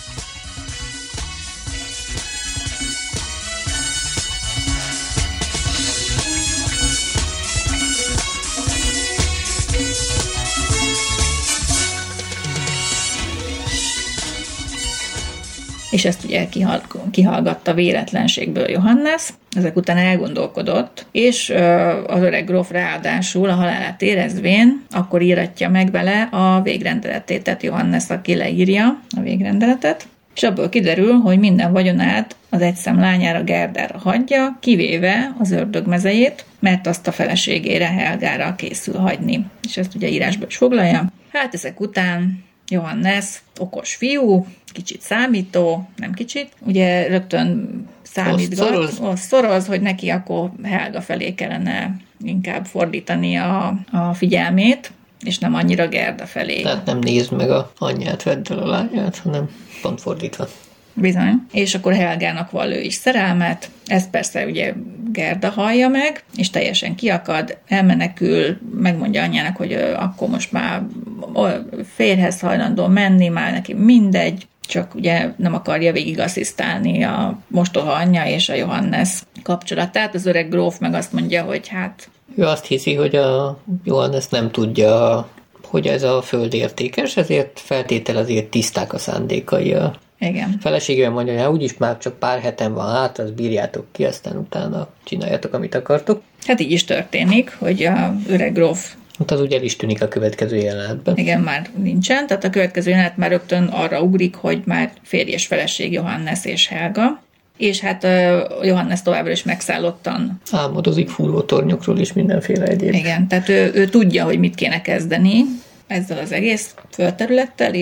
És ezt ugye kihallgatta véletlenségből Johannes, ezek után elgondolkodott, és az öreg gróf ráadásul a halálát érezvén akkor íratja meg vele a végrendeletét, tehát Johannes, aki leírja a végrendeletet, és abból kiderül, hogy minden vagyonát az egyszem lányára, Gerdára hagyja, kivéve az ördög mezejét, mert azt a feleségére, Helgára készül hagyni. És ezt ugye írásba is foglalja. Hát ezek után Johannes okos fiú, kicsit számító, nem kicsit, ugye rögtön számítgat, szoroz. szoroz, hogy neki akkor Helga felé kellene inkább fordítani a, a figyelmét, és nem annyira Gerda felé. Tehát nem nézd meg a anyját, vedd el a lányát, hanem pont fordítva. Bizony. És akkor Helgának vall ő is szerelmet, ezt persze ugye Gerda hallja meg, és teljesen kiakad, elmenekül, megmondja anyjának, hogy akkor most már férjhez hajlandó menni, már neki mindegy, csak ugye nem akarja végig asszisztálni a mostoha anyja és a Johannes kapcsolatát. Az öreg gróf meg azt mondja, hogy hát... Ő azt hiszi, hogy a Johannes nem tudja, hogy ez a föld értékes, ezért feltétel azért tiszták a szándékai a Igen. feleségében mondja, hogy hát úgyis már csak pár heten van hát, azt bírjátok ki, aztán utána csináljátok, amit akartok. Hát így is történik, hogy a öreg gróf hát az ugye el is tűnik a következő jelenetben. Igen, már nincsen, tehát a következő jelenet már rögtön arra ugrik, hogy már férjes feleség Johannes és Helga, és hát uh, Johannes továbbra is megszállottan álmodozik fúró tornyokról és mindenféle egyéb. Igen, tehát ő, ő tudja, hogy mit kéne kezdeni ezzel az egész földterülettel, és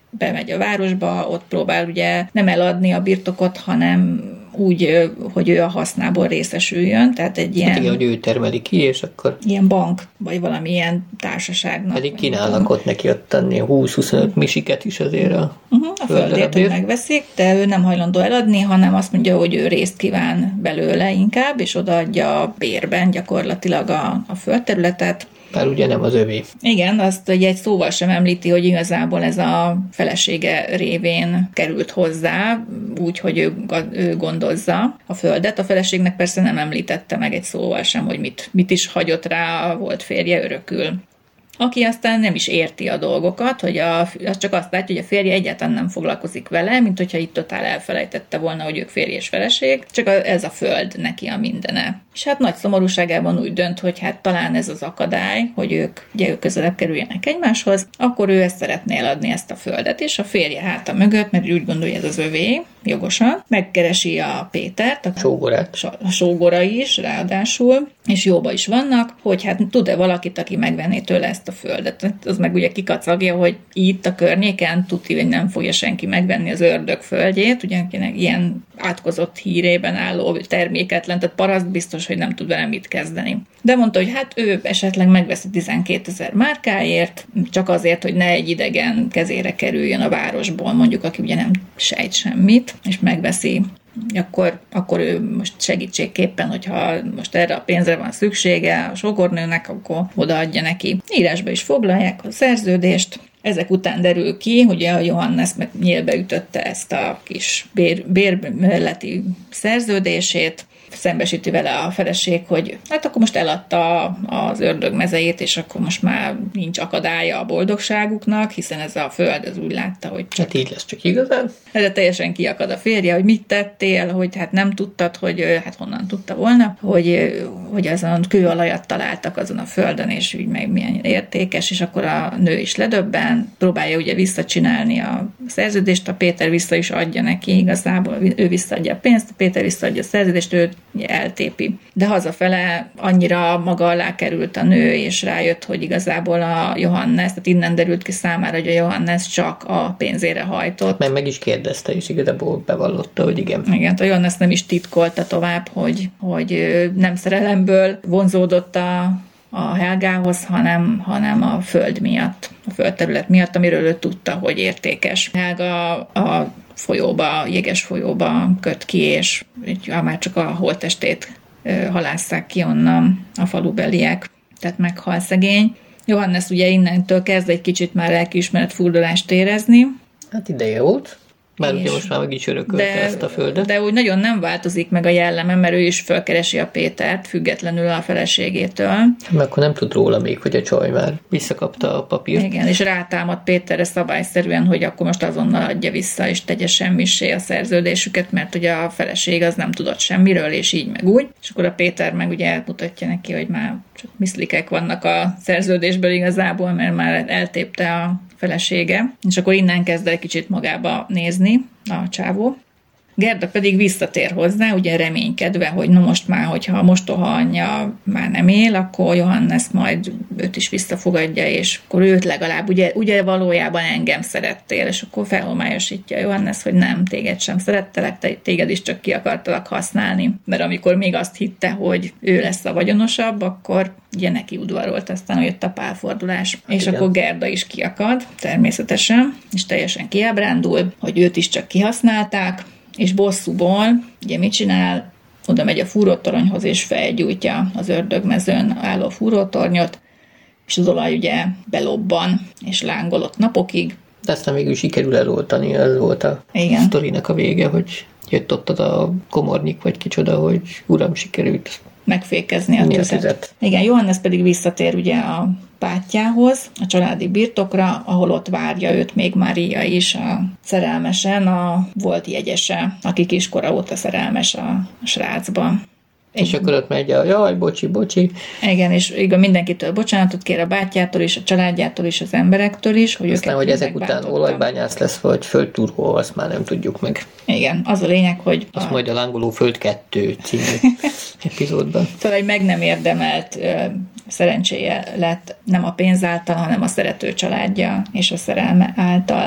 bemegy a városba, ott próbál ugye nem eladni a birtokot, hanem úgy, hogy ő a hasznából részesüljön, tehát egy ilyen... Hát igen, hogy ő termeli ki, és akkor... Ilyen bank, vagy valamilyen társaságnak. Pedig kínálnak ott neki ott tenni húsz-huszonöt misiket is azért a uh-huh, a földért, hogy megveszik, de ő nem hajlandó eladni, hanem azt mondja, hogy ő részt kíván belőle inkább, és odaadja bérben gyakorlatilag a, a földterületet. Bár ugye nem az övé. Igen, azt ugye egy szóval sem említi, hogy igazából ez a felesége révén került hozzá, úgy, hogy ő, ő gondozza a földet. A feleségnek persze nem említette meg egy szóval sem, hogy mit, mit is hagyott rá a volt férje örökül. Aki aztán nem is érti a dolgokat, hogy a, az csak azt látja, hogy a férje egyáltalán nem foglalkozik vele, mint hogyha itt totál elfelejtette volna, hogy ők férj és feleség, csak a, ez a föld neki a mindene. És hát nagy szomorúságában úgy dönt, hogy hát talán ez az akadály, hogy ők, ugye ők közelebb kerüljenek egymáshoz, akkor ő ezt szeretné eladni, ezt a földet, és a férje háta mögött, mert úgy gondolja, ez az övé, jogosan, megkeresi a Pétert, a sógorát, a sógora is, ráadásul, és jóba is vannak, hogy hát tud-e valakit, aki megvenné tőle ezt a földet. Az meg ugye kikacagja, hogy itt a környéken tuti, hogy nem fogja senki megvenni az ördög földjét, ugye ilyen átkozott hírében álló terméketlen, tehát paraszt biztos, hogy nem tud vele mit kezdeni. De mondta, hogy hát ő esetleg megveszi tizenkétezer márkáért, csak azért, hogy ne egy idegen kezére kerüljön a városból, mondjuk, aki ugye nem sejt semmit, és megveszi, akkor, akkor ő most segítségképpen, hogyha most erre a pénzre van szüksége a sógornőnek, akkor odaadja neki. Írásba is foglalják a szerződést. Ezek után derül ki, hogy a Johannes meg nyílbe ütötte ezt a kis bér, bérleti szerződését, szembesíti vele a feleség, hogy hát akkor most eladta az ördög mezejét, és akkor most már nincs akadálya a boldogságuknak, hiszen ez a föld, ez úgy látta, hogy csak... Hát így lesz csak igazán. Erre teljesen kiakad a férje, hogy mit tettél, hogy hát nem tudtad, hogy hát honnan tudta volna, hogy, hogy azon kőolajat találtak azon a földön, és úgy meg milyen értékes, és akkor a nő is ledöbben, próbálja ugye visszacsinálni a szerződést, a Péter vissza is adja neki igazából, ő visszaadja a pénzt, a Péter visszaadja a szerződést, ő eltépi. De hazafele annyira maga alá került a nő, és rájött, hogy igazából a Johannes, tehát innen derült ki számára, hogy a Johannes csak a pénzére hajtott. Meg meg is kérdezte, és igazából bevallotta, hogy igen. Igen, a Johannes nem is titkolta tovább, hogy, hogy nem szerelemből vonzódott a a Helgához, hanem, hanem a föld miatt, a földterület miatt, amiről ő tudta, hogy értékes. Helga a folyóba, a jéges folyóba köt ki, és már csak a holttestét halásszák ki onnan a falubeliek, tehát meghal szegény. Johannes ugye innentől kezd egy kicsit már lelkiismeret furdalást érezni. Hát ideje volt. Már ugye most már meg is örökölte ezt a földet. De úgy nagyon nem változik meg a jelleme, mert ő is fölkeresi a Pétert, függetlenül a feleségétől. Mert akkor nem tud róla még, hogy a csaj már visszakapta a papírt. Igen, és rátámad Péterre szabályszerűen, hogy akkor most azonnal adja vissza, és tegye semmissé a szerződésüket, mert ugye a feleség az nem tudott semmiről, és így meg úgy. És akkor a Péter meg ugye elmutatja neki, hogy már csak miszlikek vannak a szerződésből igazából, mert már eltépte a felesége, és akkor innen kezd el kicsit magába nézni a csávó. Gerda pedig visszatér hozzá, ugye reménykedve, hogy no most már, hogyha a mostoha anyja már nem él, akkor Johannes majd őt is visszafogadja, és akkor őt legalább, ugye, ugye valójában engem szerettél, és akkor felhomályosítja Johannes, hogy nem, téged sem szerettelek, téged is csak ki akartalak használni, mert amikor még azt hitte, hogy ő lesz a vagyonosabb, akkor ugye neki udvarolt, aztán jött a pálfordulás, hát és igen. Akkor Gerda is kiakad, természetesen, és teljesen kiábrándul, hogy őt is csak kihasználták, és bosszúból, ugye mit csinál? Oda megy a fúrótoronyhoz, és felgyújtja az ördögmezőn álló fúrótornyot, és az olaj ugye belobban, és lángolott napokig. De aztán végül sikerül eloltani, ez volt a igen. sztorinak a vége, hogy jött ott a komornyik, vagy kicsoda, hogy uram, sikerült megfékezni a tüzet. tüzet. Igen, Johannes pedig visszatér ugye a bátyjához, a családi birtokra, ahol ott várja őt még Mária is, a szerelmesen, a volt jegyese, aki kiskora óta szerelmes a srácba. És akkor ott megy a jaj, bocsi, bocsi. Igen, és igen, mindenkitől bocsánatot kér a bátyjától is, a családjától is, az emberektől is. Hogy aztán, hogy ezek után olajbányász lesz, vagy földturgó, azt már nem tudjuk meg. Igen, az a lényeg, hogy... Azt a... majd a Lángoló Föld kettő című epizódban. Szóval egy meg nem érdemelt ö, szerencséje lett nem a pénz által, hanem a szerető családja és a szerelme által.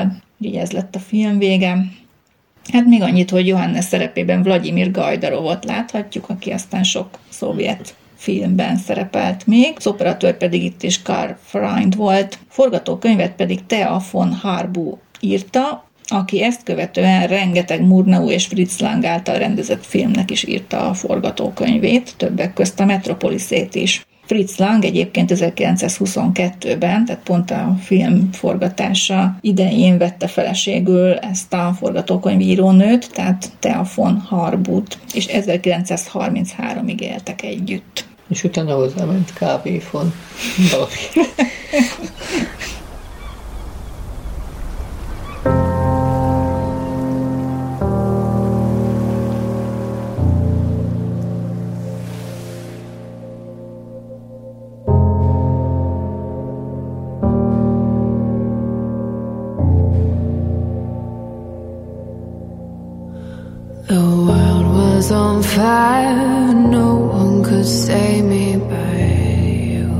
így ez lett a film vége. Hát még annyit, hogy Johannes szerepében Vladimir Gajdarovot láthatjuk, aki aztán sok szovjet filmben szerepelt még. Az operatőr pedig itt is Karl Freund volt. Forgatókönyvet pedig Thea von Harbu írta, aki ezt követően rengeteg Murnau és Fritz Lang által rendezett filmnek is írta a forgatókönyvét, többek közt a Metropolisét is. Fritz Lang egyébként ezerkilencszázhuszonkettőben, tehát pont a film forgatása idején vette feleségül ezt a forgatókönyvírónőt, tehát Thea von Harbut, és ezerkilencszázharminchárom-ig éltek együtt. És utána hozzáment kávé von valami. On fire, no one could save me but you.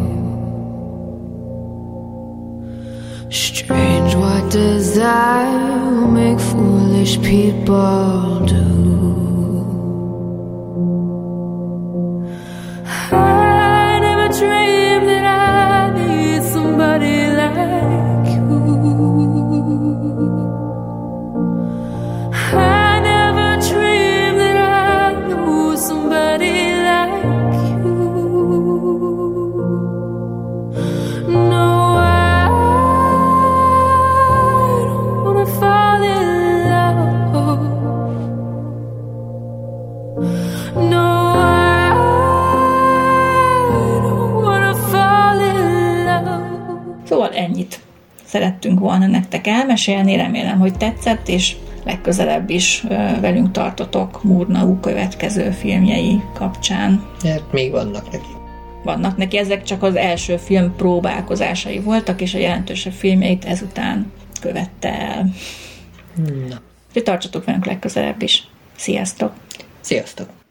Strange what desire make foolish people do. I never dreamed that I'd need somebody like you. I ennyit szerettünk volna nektek elmesélni, remélem, hogy tetszett, és legközelebb is velünk tartotok Murnau következő filmjei kapcsán. Hát még vannak neki. Vannak neki, ezek csak az első film próbálkozásai voltak, és a jelentősebb filmjeit ezután követte el. Na. Tartsatok velünk legközelebb is. Sziasztok! Sziasztok!